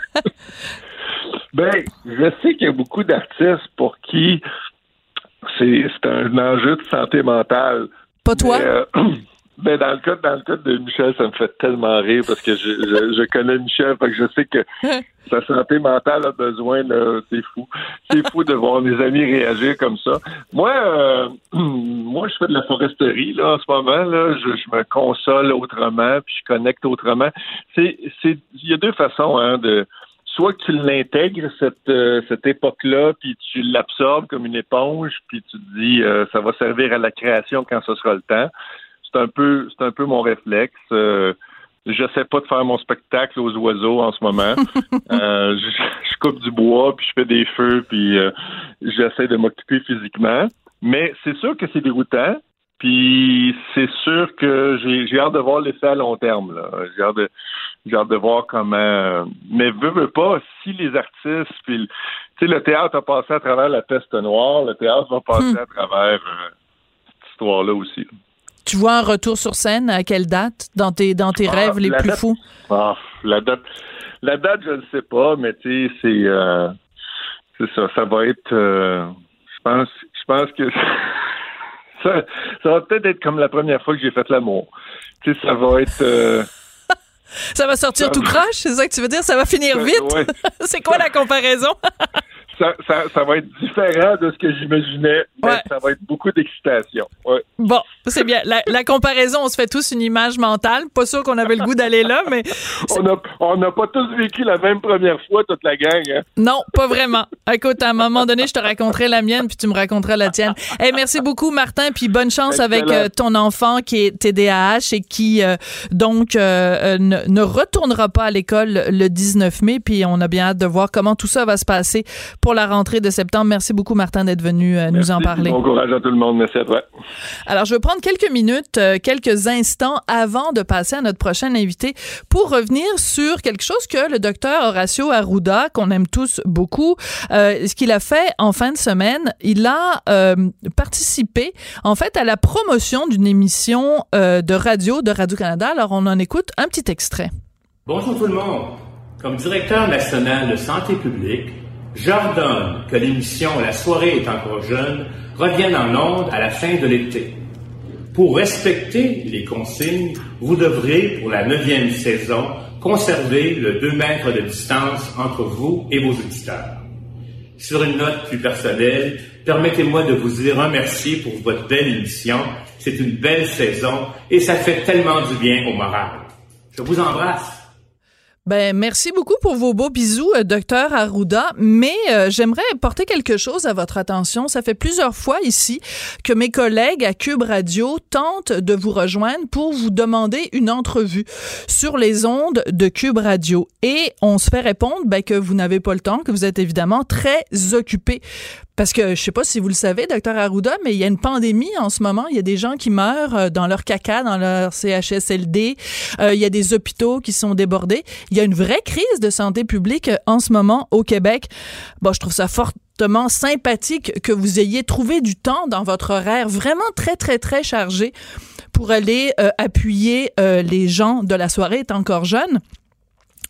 Je sais qu'il y a beaucoup d'artistes pour qui c'est un enjeu de santé mentale. Pas toi? Mais, dans le cas de Michel, ça me fait tellement rire parce que je connais Michel, fait que je sais que sa santé mentale a besoin de... C'est fou. C'est fou de voir mes amis réagir comme ça. Moi, je fais de la foresterie là en ce moment. Là, je me console autrement, puis je connecte autrement. Il y a deux façons de... Soit que tu l'intègres, cette époque-là, puis tu l'absorbes comme une éponge, puis tu te dis ça va servir à la création quand ce sera le temps. C'est un peu mon réflexe. J'essaie pas de faire mon spectacle aux oiseaux en ce moment. Je coupe du bois, puis je fais des feux, puis j'essaie de m'occuper physiquement. Mais c'est sûr que c'est déroutant. Puis c'est sûr que j'ai hâte de voir l'effet à long terme. Là. J'ai hâte de voir comment... Mais veux pas, si les artistes... Puis, tu sais, le théâtre a passé à travers la peste noire, le théâtre va passer à travers cette histoire-là aussi. Tu vois un retour sur scène à quelle date dans tes rêves les plus fous? La date, je ne sais pas, mais tu sais, c'est ça. Ça va être... je pense que ça va peut-être être comme la première fois que j'ai fait l'amour. Tu sais, ça va être... Ça va sortir tout croche, c'est ça que tu veux dire? Ça va finir vite? Ouais. C'est quoi la comparaison? Ça va être différent de ce que j'imaginais, mais ça va être beaucoup d'excitation. Ouais. Bon, c'est bien. La comparaison, on se fait tous une image mentale. Pas sûr qu'on avait le goût d'aller là, mais... On n'a pas tous vécu la même première fois, toute la gang. Hein? Non, pas vraiment. Écoute, à un moment donné, je te raconterai la mienne, puis tu me raconteras la tienne. Hey, merci beaucoup, Martin, puis bonne chance avec ton enfant qui est TDAH et qui, ne retournera pas à l'école le 19 mai, puis on a bien hâte de voir comment tout ça va se passer pour la rentrée de septembre. Merci beaucoup, Martin, d'être venu nous en parler. Bon courage à tout le monde. Merci à toi. Alors, je vais prendre quelques minutes, quelques instants avant de passer à notre prochain invité pour revenir sur quelque chose que le docteur Horacio Arruda, qu'on aime tous beaucoup, ce qu'il a fait en fin de semaine, il a participé, en fait, à la promotion d'une émission de Radio-Canada. Alors, on en écoute un petit extrait. Bonjour tout le monde. Comme directeur national de santé publique, j'ordonne que l'émission La soirée est encore jeune revienne en ondes à la fin de l'été. Pour respecter les consignes, vous devrez, pour la 9e saison, conserver le 2 mètres de distance entre vous et vos auditeurs. Sur une note plus personnelle, permettez-moi de vous dire un merci pour votre belle émission. C'est une belle saison et ça fait tellement du bien au moral. Je vous embrasse. Ben, merci beaucoup pour vos beaux bisous, docteur Arruda, mais j'aimerais porter quelque chose à votre attention. Ça fait plusieurs fois ici que mes collègues à Cube Radio tentent de vous rejoindre pour vous demander une entrevue sur les ondes de Cube Radio. Et on se fait répondre que vous n'avez pas le temps, que vous êtes évidemment très occupé. Parce que, je sais pas si vous le savez, docteur Arruda, mais il y a une pandémie en ce moment. Il y a des gens qui meurent dans leur caca, dans leur CHSLD. Il y a des hôpitaux qui sont débordés. Il y a une vraie crise de santé publique en ce moment au Québec. Bon, je trouve ça fortement sympathique que vous ayez trouvé du temps dans votre horaire vraiment très, très, très chargé pour aller appuyer les gens de La soirée est encore jeune.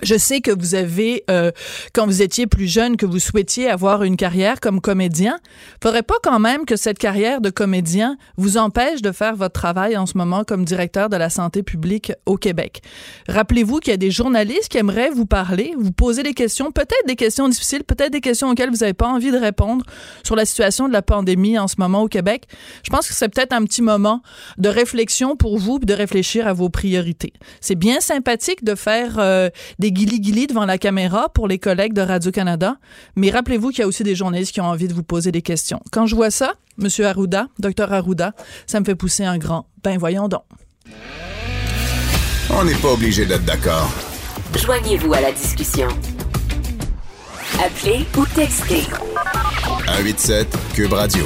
Je sais que vous avez, quand vous étiez plus jeune, que vous souhaitiez avoir une carrière comme comédien. Faudrait pas quand même que cette carrière de comédien vous empêche de faire votre travail en ce moment comme directeur de la santé publique au Québec. Rappelez-vous qu'il y a des journalistes qui aimeraient vous parler, vous poser des questions, peut-être des questions difficiles, peut-être des questions auxquelles vous n'avez pas envie de répondre sur la situation de la pandémie en ce moment au Québec. Je pense que c'est peut-être un petit moment de réflexion pour vous, de réfléchir à vos priorités. C'est bien sympathique de faire des guili-guili devant la caméra pour les collègues de Radio-Canada, mais rappelez-vous qu'il y a aussi des journalistes qui ont envie de vous poser des questions. Quand je vois ça, Monsieur Arruda, Dr Arruda, ça me fait pousser un grand « ben voyons donc ». On n'est pas obligé d'être d'accord. Joignez-vous à la discussion. Appelez ou textez. 187 Cube Radio.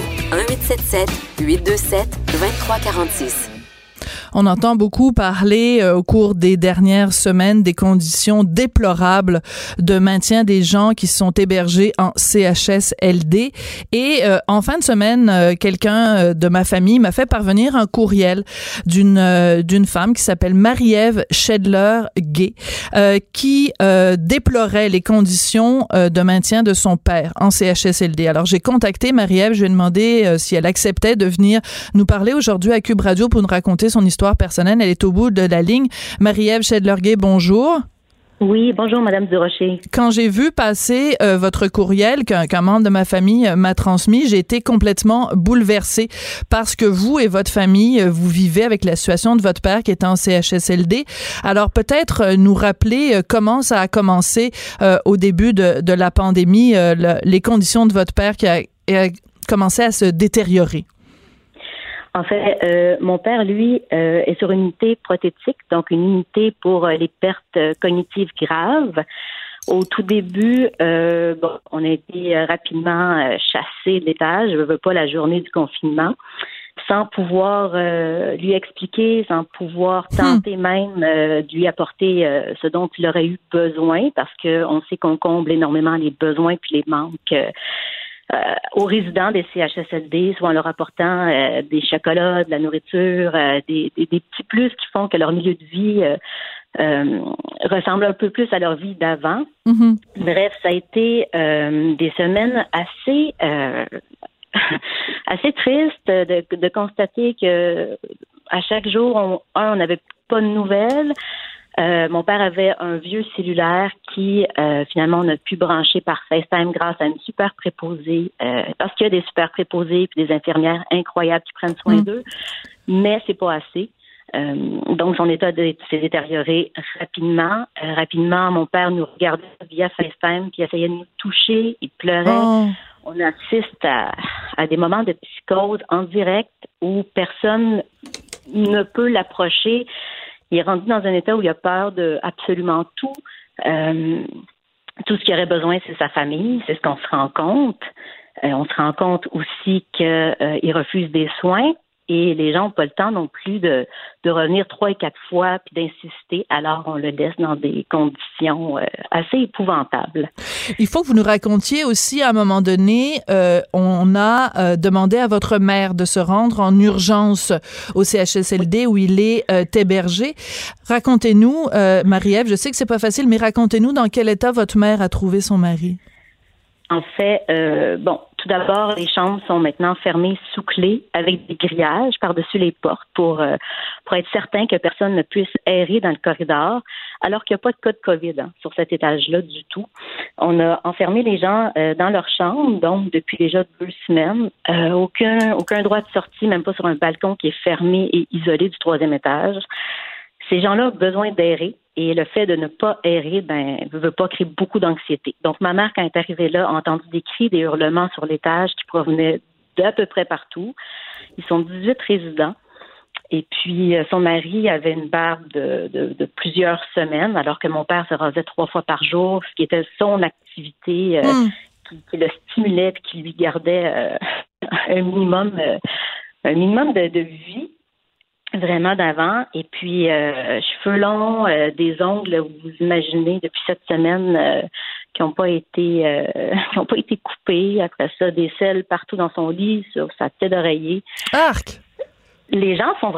1877-827-2346. On entend beaucoup parler au cours des dernières semaines des conditions déplorables de maintien des gens qui sont hébergés en CHSLD. Et en fin de semaine, quelqu'un de ma famille m'a fait parvenir un courriel d'une femme qui s'appelle Marie-Ève Schedler-Gay, qui déplorait les conditions de maintien de son père en CHSLD. Alors, j'ai contacté Marie-Ève, je lui ai demandé si elle acceptait de venir nous parler aujourd'hui à Cube Radio pour nous raconter son histoire personnelle. Elle est au bout de la ligne. Marie-Ève Schedler-Gay, bonjour. Oui, bonjour, Madame Durocher. Quand j'ai vu passer votre courriel qu'un membre de ma famille m'a transmis, j'ai été complètement bouleversée parce que vous et votre famille, vous vivez avec la situation de votre père qui est en CHSLD. Alors, peut-être nous rappeler comment ça a commencé au début de la pandémie, les conditions de votre père qui a commencé à se détériorer. En fait, mon père, lui, est sur une unité prothétique, donc une unité pour les pertes cognitives graves. Au tout début, on a été rapidement chassés de l'étage, je veux pas la journée du confinement, sans pouvoir lui expliquer, sans pouvoir tenter même de lui apporter ce dont il aurait eu besoin, parce qu'on sait qu'on comble énormément les besoins puis les manques aux résidents des CHSLD, soit en leur apportant des chocolats, de la nourriture, des petits plus qui font que leur milieu de vie ressemble un peu plus à leur vie d'avant. Mm-hmm. Bref, ça a été des semaines assez assez tristes de constater que à chaque jour, on n'avait pas de nouvelles. Mon père avait un vieux cellulaire qui, finalement, on a pu brancher par FaceTime grâce à une super préposée, parce qu'il y a des super préposés et des infirmières incroyables qui prennent soin d'eux, mais c'est pas assez. Donc, son état s'est détérioré rapidement. Rapidement, mon père nous regardait via FaceTime puis essayait de nous toucher, il pleurait. Oh. On assiste à des moments de psychose en direct où personne ne peut l'approcher. Il est rendu dans un état où il a peur de absolument tout. Tout ce qu'il aurait besoin, c'est sa famille. C'est ce qu'on se rend compte. On se rend compte aussi qu'il refuse des soins et les gens n'ont pas le temps non plus de revenir 3 et 4 fois puis d'insister. Alors, on le laisse dans des conditions assez épouvantables. Il faut que vous nous racontiez aussi, à un moment donné, on a demandé à votre mère de se rendre en urgence au CHSLD où il est hébergé. Racontez-nous, Marie-Ève, je sais que c'est pas facile, mais racontez-nous dans quel état votre mère a trouvé son mari. En fait, tout d'abord, les chambres sont maintenant fermées sous clé avec des grillages par-dessus les portes pour être certain que personne ne puisse errer dans le corridor, alors qu'il n'y a pas de cas de COVID sur cet étage-là du tout. On a enfermé les gens dans leur chambre, donc depuis déjà 2 semaines. Aucun droit de sortie, même pas sur un balcon qui est fermé et isolé du 3e étage. Ces gens-là ont besoin d'errer. Et le fait de ne pas errer, ne veut pas créer beaucoup d'anxiété. Donc, ma mère, quand elle est arrivée là, a entendu des cris, des hurlements sur l'étage qui provenaient d'à peu près partout. Ils sont 18 résidents. Et puis, son mari avait une barbe de plusieurs semaines, alors que mon père se rasait 3 fois par jour, ce qui était son activité qui le stimulait et qui lui gardait un minimum de vie. Vraiment d'avant. Et puis, cheveux longs, des ongles, vous imaginez, depuis cette semaine, qui n'ont pas été coupés. Après ça, des selles partout dans son lit, sur sa tête d'oreiller. Arc! Les gens font vraiment ce qu'ils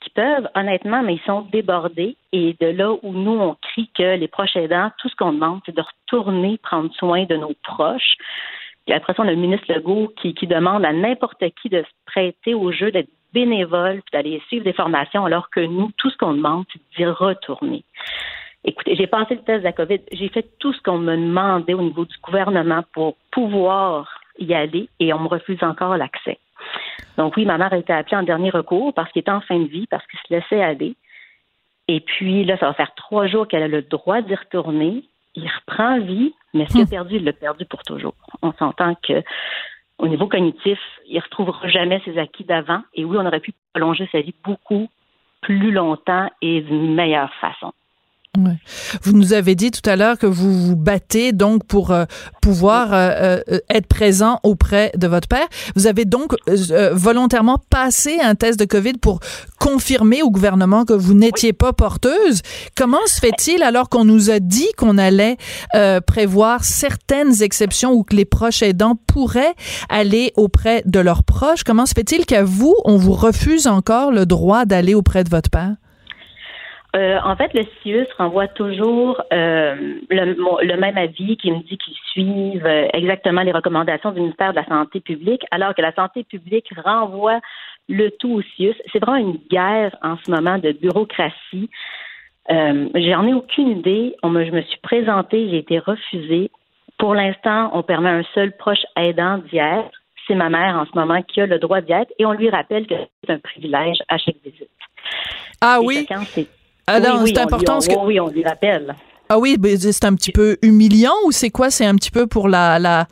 qu'ils peuvent, honnêtement, mais ils sont débordés. Et de là où nous, on crie que les proches aidants, tout ce qu'on demande, c'est de retourner prendre soin de nos proches. Puis après ça, on a le ministre Legault qui demande à n'importe qui de se prêter au jeu, d'être bénévole, puis d'aller suivre des formations, alors que nous, tout ce qu'on demande, c'est d'y retourner. Écoutez, j'ai passé le test de la COVID, j'ai fait tout ce qu'on me demandait au niveau du gouvernement pour pouvoir y aller, et on me refuse encore l'accès. Donc oui, ma mère a été appelée en dernier recours parce qu'elle était en fin de vie, parce qu'elle se laissait aller. Et puis là, ça va faire 3 jours qu'elle a le droit d'y retourner. Il reprend vie, mais ce qu'il a perdu, il l'a perdu pour toujours. On s'entend que au niveau cognitif, il ne retrouvera jamais ses acquis d'avant. Et oui, on aurait pu prolonger sa vie beaucoup plus longtemps et d'une meilleure façon. Ouais. Vous nous avez dit tout à l'heure que vous vous battez donc pour pouvoir être présent auprès de votre père. Vous avez donc volontairement passé un test de COVID pour confirmer au gouvernement que vous n'étiez pas porteuse. Comment se fait-il alors qu'on nous a dit qu'on allait prévoir certaines exceptions où que les proches aidants pourraient aller auprès de leurs proches? Comment se fait-il qu'à vous, on vous refuse encore le droit d'aller auprès de votre père? En fait, le CIUS renvoie toujours le même avis qui me dit qu'ils suivent exactement les recommandations du ministère de la Santé publique, alors que la Santé publique renvoie le tout au CIUS. C'est vraiment une guerre en ce moment de bureaucratie. J'en ai aucune idée. Je me suis présentée, j'ai été refusée. Pour l'instant, on permet à un seul proche aidant d'y être. C'est ma mère en ce moment qui a le droit d'y être et on lui rappelle que c'est un privilège à chaque visite. Ah et oui? Non, c'est important. Oui, on lui rappelle. Ah oui, mais c'est un petit peu humiliant ou c'est quoi? C'est un petit peu pour la...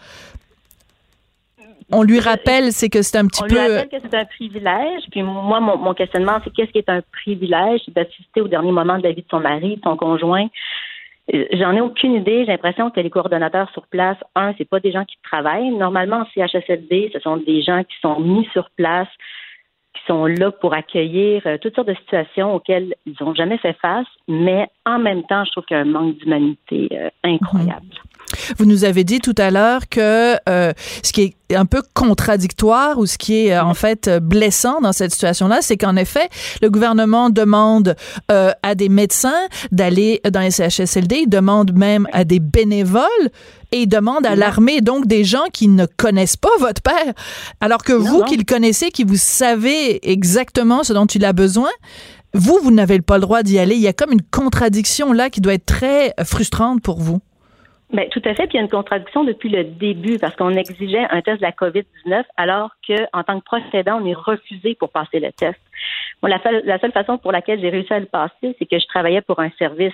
On lui rappelle, c'est que c'est un petit peu... On lui rappelle que c'est un privilège. Puis moi, mon questionnement, c'est qu'est-ce qui est un privilège? C'est d'assister au dernier moment de la vie de son mari, de son conjoint. J'en ai aucune idée. J'ai l'impression que les coordonnateurs sur place, c'est pas des gens qui travaillent. Normalement, en CHSLD, ce sont des gens qui sont mis sur place, qui sont là pour accueillir toutes sortes de situations auxquelles ils n'ont jamais fait face, mais en même temps, je trouve qu'il y a un manque d'humanité incroyable. Vous nous avez dit tout à l'heure que ce qui est un peu contradictoire ou ce qui est en fait blessant dans cette situation-là, c'est qu'en effet, le gouvernement demande à des médecins d'aller dans les CHSLD, il demande même à des bénévoles et il demande à l'armée, donc des gens qui ne connaissent pas votre père, alors que vous qui le connaissez, qui vous savez exactement ce dont il a besoin, vous n'avez pas le droit d'y aller. Il y a comme une contradiction là qui doit être très frustrante pour vous. Bien, tout à fait. Puis il y a une contradiction depuis le début parce qu'on exigeait un test de la COVID-19 alors qu'en tant que proche aidant, on est refusé pour passer le test. Bon, la seule façon pour laquelle j'ai réussi à le passer, c'est que je travaillais pour un service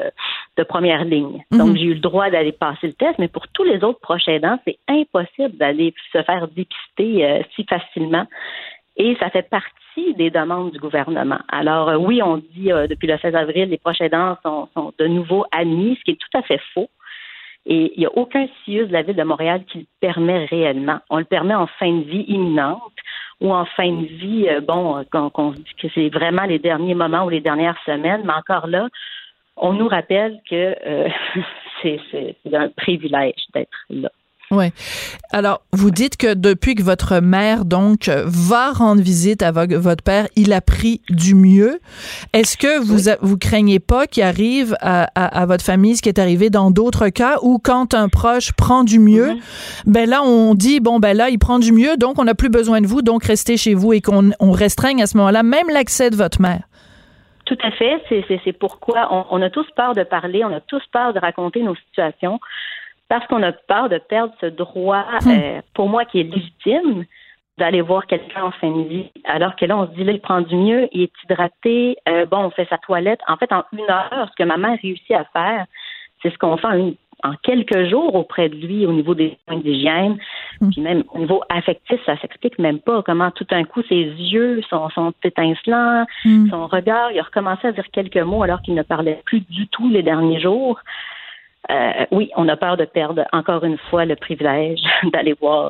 de première ligne. Donc, j'ai eu le droit d'aller passer le test, mais pour tous les autres proches aidants, c'est impossible d'aller se faire dépister si facilement. Et ça fait partie des demandes du gouvernement. Alors, oui, on dit depuis le 16 avril, les proches aidants sont de nouveau admis, ce qui est tout à fait faux. Et il n'y a aucun CIUS de la Ville de Montréal qui le permet réellement. On le permet en fin de vie imminente ou en fin de vie, qu'on dit que c'est vraiment les derniers moments ou les dernières semaines. Mais encore là, on nous rappelle que c'est un privilège d'être là. Oui. Alors, vous dites que depuis que votre mère, donc, va rendre visite à votre père, il a pris du mieux. Est-ce que vous craignez pas qu'il arrive à votre famille ce qui est arrivé dans d'autres cas où quand un proche prend du mieux, ben là, on dit, là, il prend du mieux, donc on n'a plus besoin de vous, donc restez chez vous et qu'on restreigne à ce moment-là même l'accès de votre mère? Tout à fait. C'est pourquoi on a tous peur de parler, on a tous peur de raconter nos situations. Parce qu'on a peur de perdre ce droit, pour moi, qui est légitime, d'aller voir quelqu'un en fin de vie. Alors que là, on se dit, là, il prend du mieux, il est hydraté, on fait sa toilette. En fait, en 1 heure, ce que ma mère réussit à faire, c'est ce qu'on fait en quelques jours auprès de lui au niveau des soins d'hygiène. Puis même au niveau affectif, ça s'explique même pas comment tout d'un coup, ses yeux sont étincelants, son regard, il a recommencé à dire quelques mots alors qu'il ne parlait plus du tout les derniers jours. Oui, on a peur de perdre encore une fois le privilège d'aller voir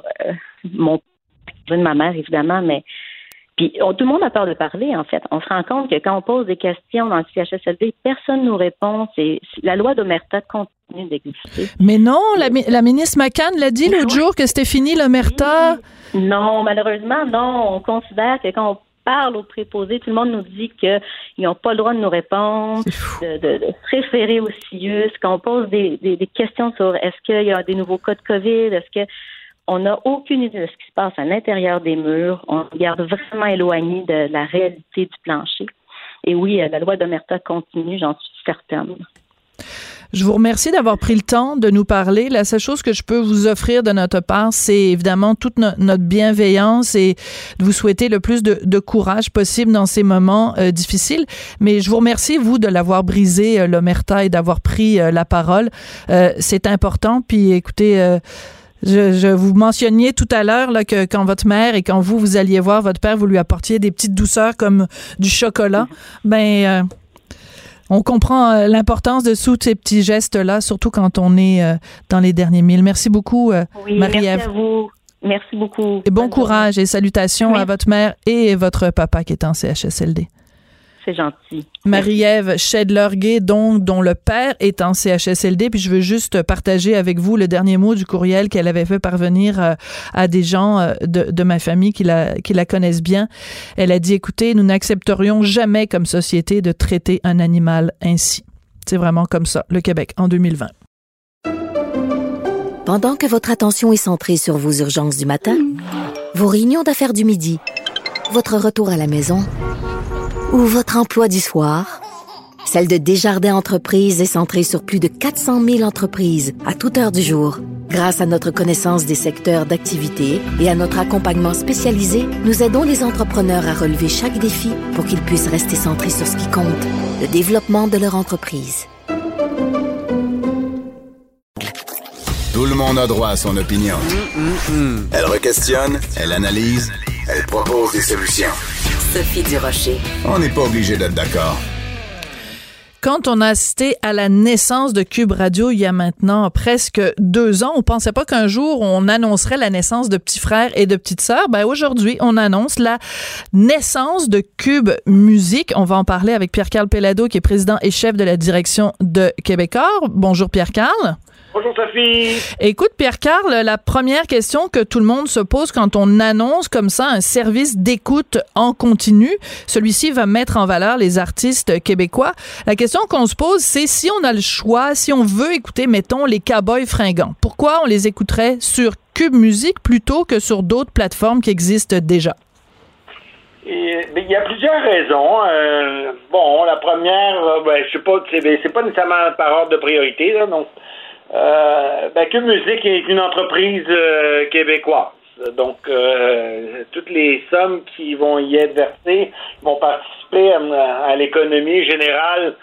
ma mère, évidemment, mais puis tout le monde a peur de parler, en fait. On se rend compte que quand on pose des questions dans le CHSLD, personne ne nous répond. La loi d'omerta continue d'exister. Mais non, la ministre McCann l'a dit l'autre jour que c'était fini l'omerta. Non, malheureusement, non. On considère que quand on parle aux préposés, tout le monde nous dit qu'ils n'ont pas le droit de nous répondre, de se référer au CIUS, qu'on pose des questions sur est-ce qu'il y a des nouveaux cas de COVID, est-ce que on n'a aucune idée de ce qui se passe à l'intérieur des murs. On regarde vraiment éloigné de la réalité du plancher. Et oui, la loi d'omerta continue, j'en suis certaine. Je vous remercie d'avoir pris le temps de nous parler. La seule chose que je peux vous offrir de notre part, c'est évidemment toute notre bienveillance et de vous souhaiter le plus de courage possible dans ces moments difficiles. Mais je vous remercie, vous, de l'avoir brisé, l'omerta, et d'avoir pris la parole. C'est important. Puis écoutez... Je vous mentionniez tout à l'heure là, que quand votre mère et quand vous alliez voir votre père, vous lui apportiez des petites douceurs comme du chocolat. On comprend l'importance de tous ces petits gestes-là, surtout quand on est dans les derniers milles. Merci beaucoup, Marie-Ève. Merci à vous. Merci beaucoup. Et bon courage et salutations à votre mère et votre papa qui est en CHSLD. C'est gentil. Marie-Ève Scheidler-Gay, donc, dont le père est en CHSLD. Puis je veux juste partager avec vous le dernier mot du courriel qu'elle avait fait parvenir à des gens de ma famille qui la connaissent bien. Elle a dit, écoutez, nous n'accepterions jamais comme société de traiter un animal ainsi. C'est vraiment comme ça, le Québec, en 2020. Pendant que votre attention est centrée sur vos urgences du matin, vos réunions d'affaires du midi, votre retour à la maison ou votre emploi du soir, celle de Desjardins Entreprises est centrée sur plus de 400 000 entreprises à toute heure du jour. Grâce à notre connaissance des secteurs d'activité et à notre accompagnement spécialisé, nous aidons les entrepreneurs à relever chaque défi pour qu'ils puissent rester centrés sur ce qui compte, le développement de leur entreprise. Tout le monde a droit à son opinion. Elle requestionne, elle analyse, elle propose des solutions. Sophie Durocher. On n'est pas obligé d'être d'accord. Quand on a assisté à la naissance de Cube Radio il y a maintenant presque 2 ans, on pensait pas qu'un jour on annoncerait la naissance de petits frères et de petites sœurs. Aujourd'hui, on annonce la naissance de Cube Musique. On va en parler avec Pierre-Carl Péladeau, qui est président et chef de la direction de Québecor. Bonjour Pierre-Carl. Bonjour Sophie. Écoute Pierre-Carl, la première question que tout le monde se pose quand on annonce comme ça un service d'écoute en continu, celui-ci va mettre en valeur les artistes québécois. La question qu'on se pose, c'est si on a le choix, si on veut écouter, mettons, les Cowboys fringants, pourquoi on les écouterait sur Cube Musique plutôt que sur d'autres plateformes qui existent déjà? Il y a plusieurs raisons. La première, je sais pas, c'est pas nécessairement par ordre de priorité, là, donc. Cube Musique est une entreprise québécoise. Donc, toutes les sommes qui vont y être versées vont participer à l'économie générale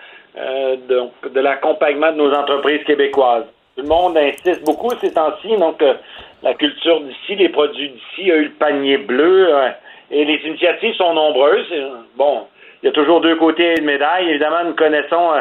de l'accompagnement de nos entreprises québécoises. Tout le monde insiste beaucoup ces temps-ci. Donc, la culture d'ici, les produits d'ici, il y a eu le panier bleu et les initiatives sont nombreuses. Bon, il y a toujours deux côtés de médaille. Évidemment, nous connaissons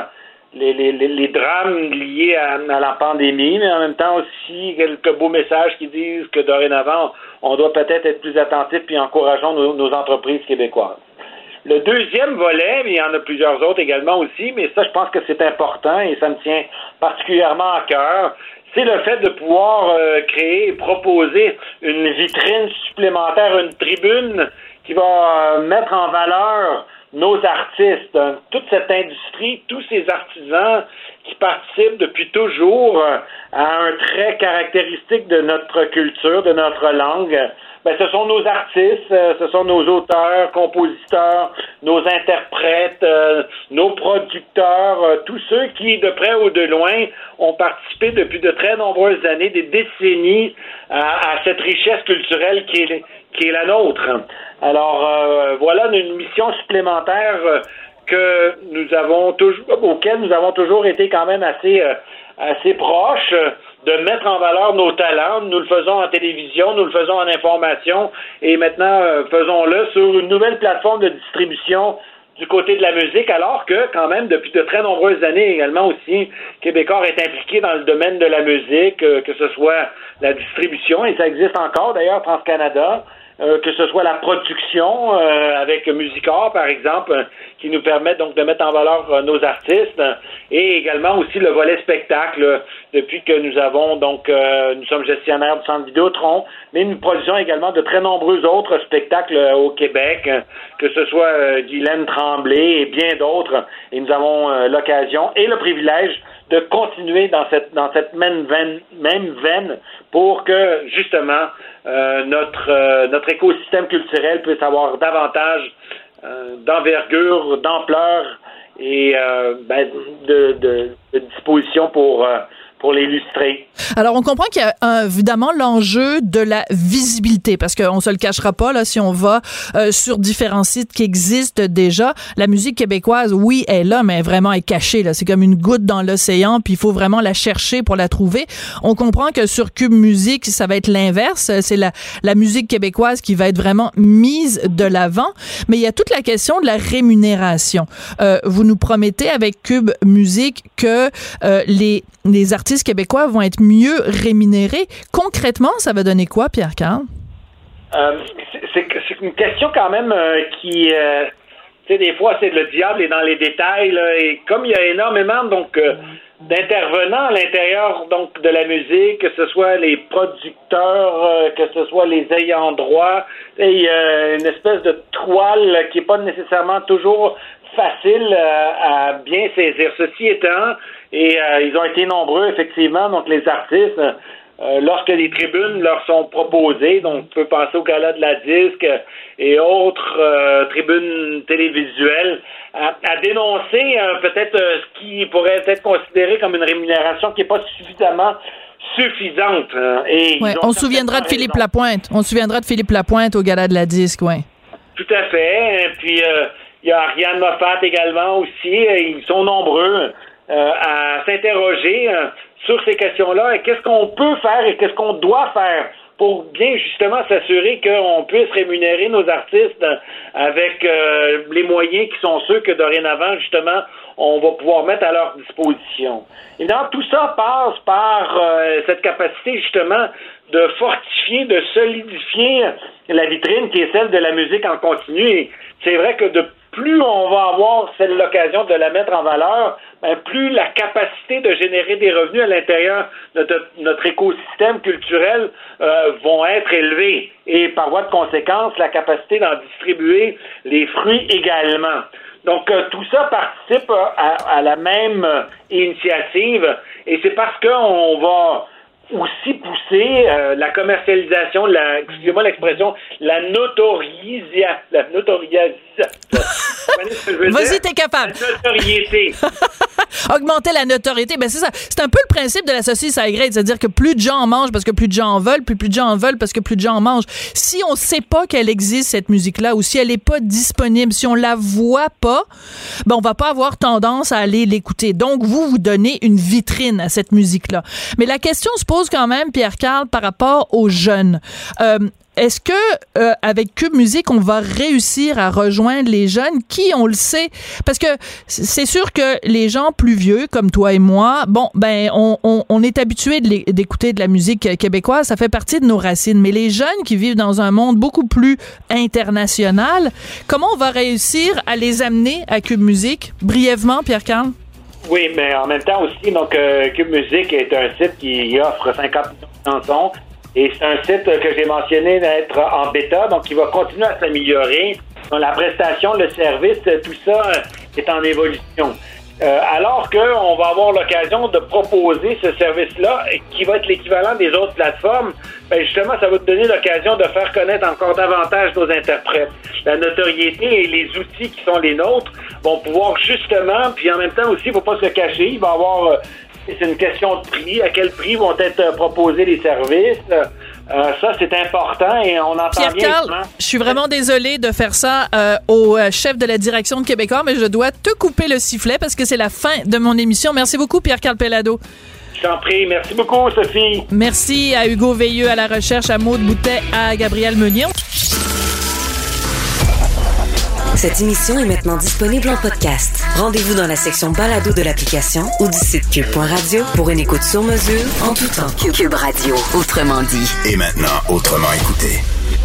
les drames liés à la pandémie, mais en même temps aussi quelques beaux messages qui disent que dorénavant, on doit peut-être être plus attentif puis encourageons nos entreprises québécoises. Le deuxième volet, mais il y en a plusieurs autres également aussi, mais ça, je pense que c'est important et ça me tient particulièrement à cœur, c'est le fait de pouvoir créer et proposer une vitrine supplémentaire, une tribune qui va mettre en valeur nos artistes, toute cette industrie, tous ces artisans qui participent depuis toujours à un trait caractéristique de notre culture, de notre langue. Ce sont nos artistes, ce sont nos auteurs, compositeurs, nos interprètes, nos producteurs, tous ceux qui, de près ou de loin, ont participé depuis de très nombreuses années, des décennies, à cette richesse culturelle qui est la nôtre. Alors, voilà une mission supplémentaire auquel nous avons toujours été quand même assez proches, de mettre en valeur nos talents. Nous le faisons en télévision, nous le faisons en information, et maintenant, faisons-le sur une nouvelle plateforme de distribution du côté de la musique, alors que, quand même, depuis de très nombreuses années également aussi, Québecor est impliqué dans le domaine de la musique, que ce soit la distribution, et ça existe encore d'ailleurs, TransCanada, que ce soit la production avec Musicor, par exemple, qui nous permet donc de mettre en valeur nos artistes, et également aussi le volet spectacle depuis que nous avons nous sommes gestionnaires du Centre Vidéotron, mais nous produisons également de très nombreux autres spectacles au Québec, que ce soit Guylaine Tremblay et bien d'autres, et nous avons l'occasion et le privilège de continuer dans cette même veine pour que justement notre écosystème culturel puisse avoir davantage d'envergure, d'ampleur et de disposition pour l'illustrer. Alors, on comprend qu'il y a évidemment l'enjeu de la visibilité, parce qu'on se le cachera pas, là, si on va sur différents sites qui existent déjà, la musique québécoise, oui, elle est là, mais vraiment elle est cachée, là. C'est comme une goutte dans l'océan, puis il faut vraiment la chercher pour la trouver. On comprend que sur Cube Musique, ça va être l'inverse. C'est la musique québécoise qui va être vraiment mise de l'avant. Mais il y a toute la question de la rémunération. Vous nous promettez avec Cube Musique que les artistes québécois vont être mieux rémunérés. Concrètement, ça va donner quoi, Pierre-Carl? C'est une question quand même qui... tu sais, des fois, c'est le diable est dans les détails, là, et comme il y a énormément d'intervenants à l'intérieur de la musique, que ce soit les producteurs, que ce soit les ayants droit, et il y a une espèce de toile qui n'est pas nécessairement toujours facile à bien saisir. Ceci étant, et ils ont été nombreux, effectivement, donc les artistes, lorsque des tribunes leur sont proposées, donc on peut penser au gala de la disque et autres tribunes télévisuelles, à dénoncer peut-être ce qui pourrait être considéré comme une rémunération qui n'est pas suffisamment suffisante. On se souviendra de Philippe Lapointe. On se souviendra de Philippe Lapointe au gala de la disque, oui. Tout à fait. Puis il y a Ariane Moffat également aussi. Ils sont nombreux à s'interroger sur ces questions-là et qu'est-ce qu'on peut faire et qu'est-ce qu'on doit faire pour bien justement s'assurer qu'on puisse rémunérer nos artistes avec les moyens qui sont ceux que dorénavant, justement, on va pouvoir mettre à leur disposition. Évidemment, tout ça passe par cette capacité, justement, de fortifier, de solidifier la vitrine qui est celle de la musique en continu. Et c'est vrai que de plus on va avoir l'occasion de la mettre en valeur, plus la capacité de générer des revenus à l'intérieur de notre écosystème culturel vont être élevés. Et par voie de conséquence, la capacité d'en distribuer les fruits également. Donc, tout ça participe à la même initiative. Et c'est parce qu'on va aussi pousser la commercialisation, excusez-moi l'expression, la notorialisation. Vas-y, t'es capable. La notoriété. Augmenter la notoriété, c'est ça. C'est un peu le principe de la saucisse à graines, c'est-à-dire que plus de gens en mangent parce que plus de gens en veulent, plus de gens en veulent parce que plus de gens en mangent. Si on sait pas qu'elle existe, cette musique-là, ou si elle est pas disponible, si on la voit pas, on va pas avoir tendance à aller l'écouter. Donc, vous donnez une vitrine à cette musique-là. Mais la question se pose quand même, Pierre-Carl, par rapport aux jeunes. Est-ce que avec Cube Musique, on va réussir à rejoindre les jeunes qui, on le sait, parce que c'est sûr que les gens plus vieux, comme toi et moi, on est habitué d'écouter de la musique québécoise, ça fait partie de nos racines. Mais les jeunes qui vivent dans un monde beaucoup plus international, comment on va réussir à les amener à Cube Musique? Brièvement, Pierre-Carl? Oui, mais en même temps aussi, donc Cube Musique est un site qui offre 50 millions de chansons. Et c'est un site que j'ai mentionné d'être en bêta, donc il va continuer à s'améliorer. Donc, la prestation, le service, tout ça est en évolution. Alors qu'on va avoir l'occasion de proposer ce service-là, qui va être l'équivalent des autres plateformes, justement, ça va te donner l'occasion de faire connaître encore davantage nos interprètes. La notoriété et les outils qui sont les nôtres vont pouvoir justement, puis en même temps aussi, il ne faut pas se le cacher, il va y avoir... c'est une question de prix. À quel prix vont être proposés les services? Ça, c'est important et on entend bien. Pierre-Carl, je suis vraiment désolée de faire ça au chef de la direction de Québécois, mais je dois te couper le sifflet parce que c'est la fin de mon émission. Merci beaucoup, Pierre-Carl Pellado. Je t'en prie. Merci beaucoup, Sophie. Merci à Hugo Veilleux à la recherche, à Maude Boutet, à Gabriel Meunier. Cette émission est maintenant disponible en podcast. Rendez-vous dans la section balado de l'application ou du site cube.radio pour une écoute sur mesure en tout temps. Cube Radio, autrement dit. Et maintenant, autrement écouté.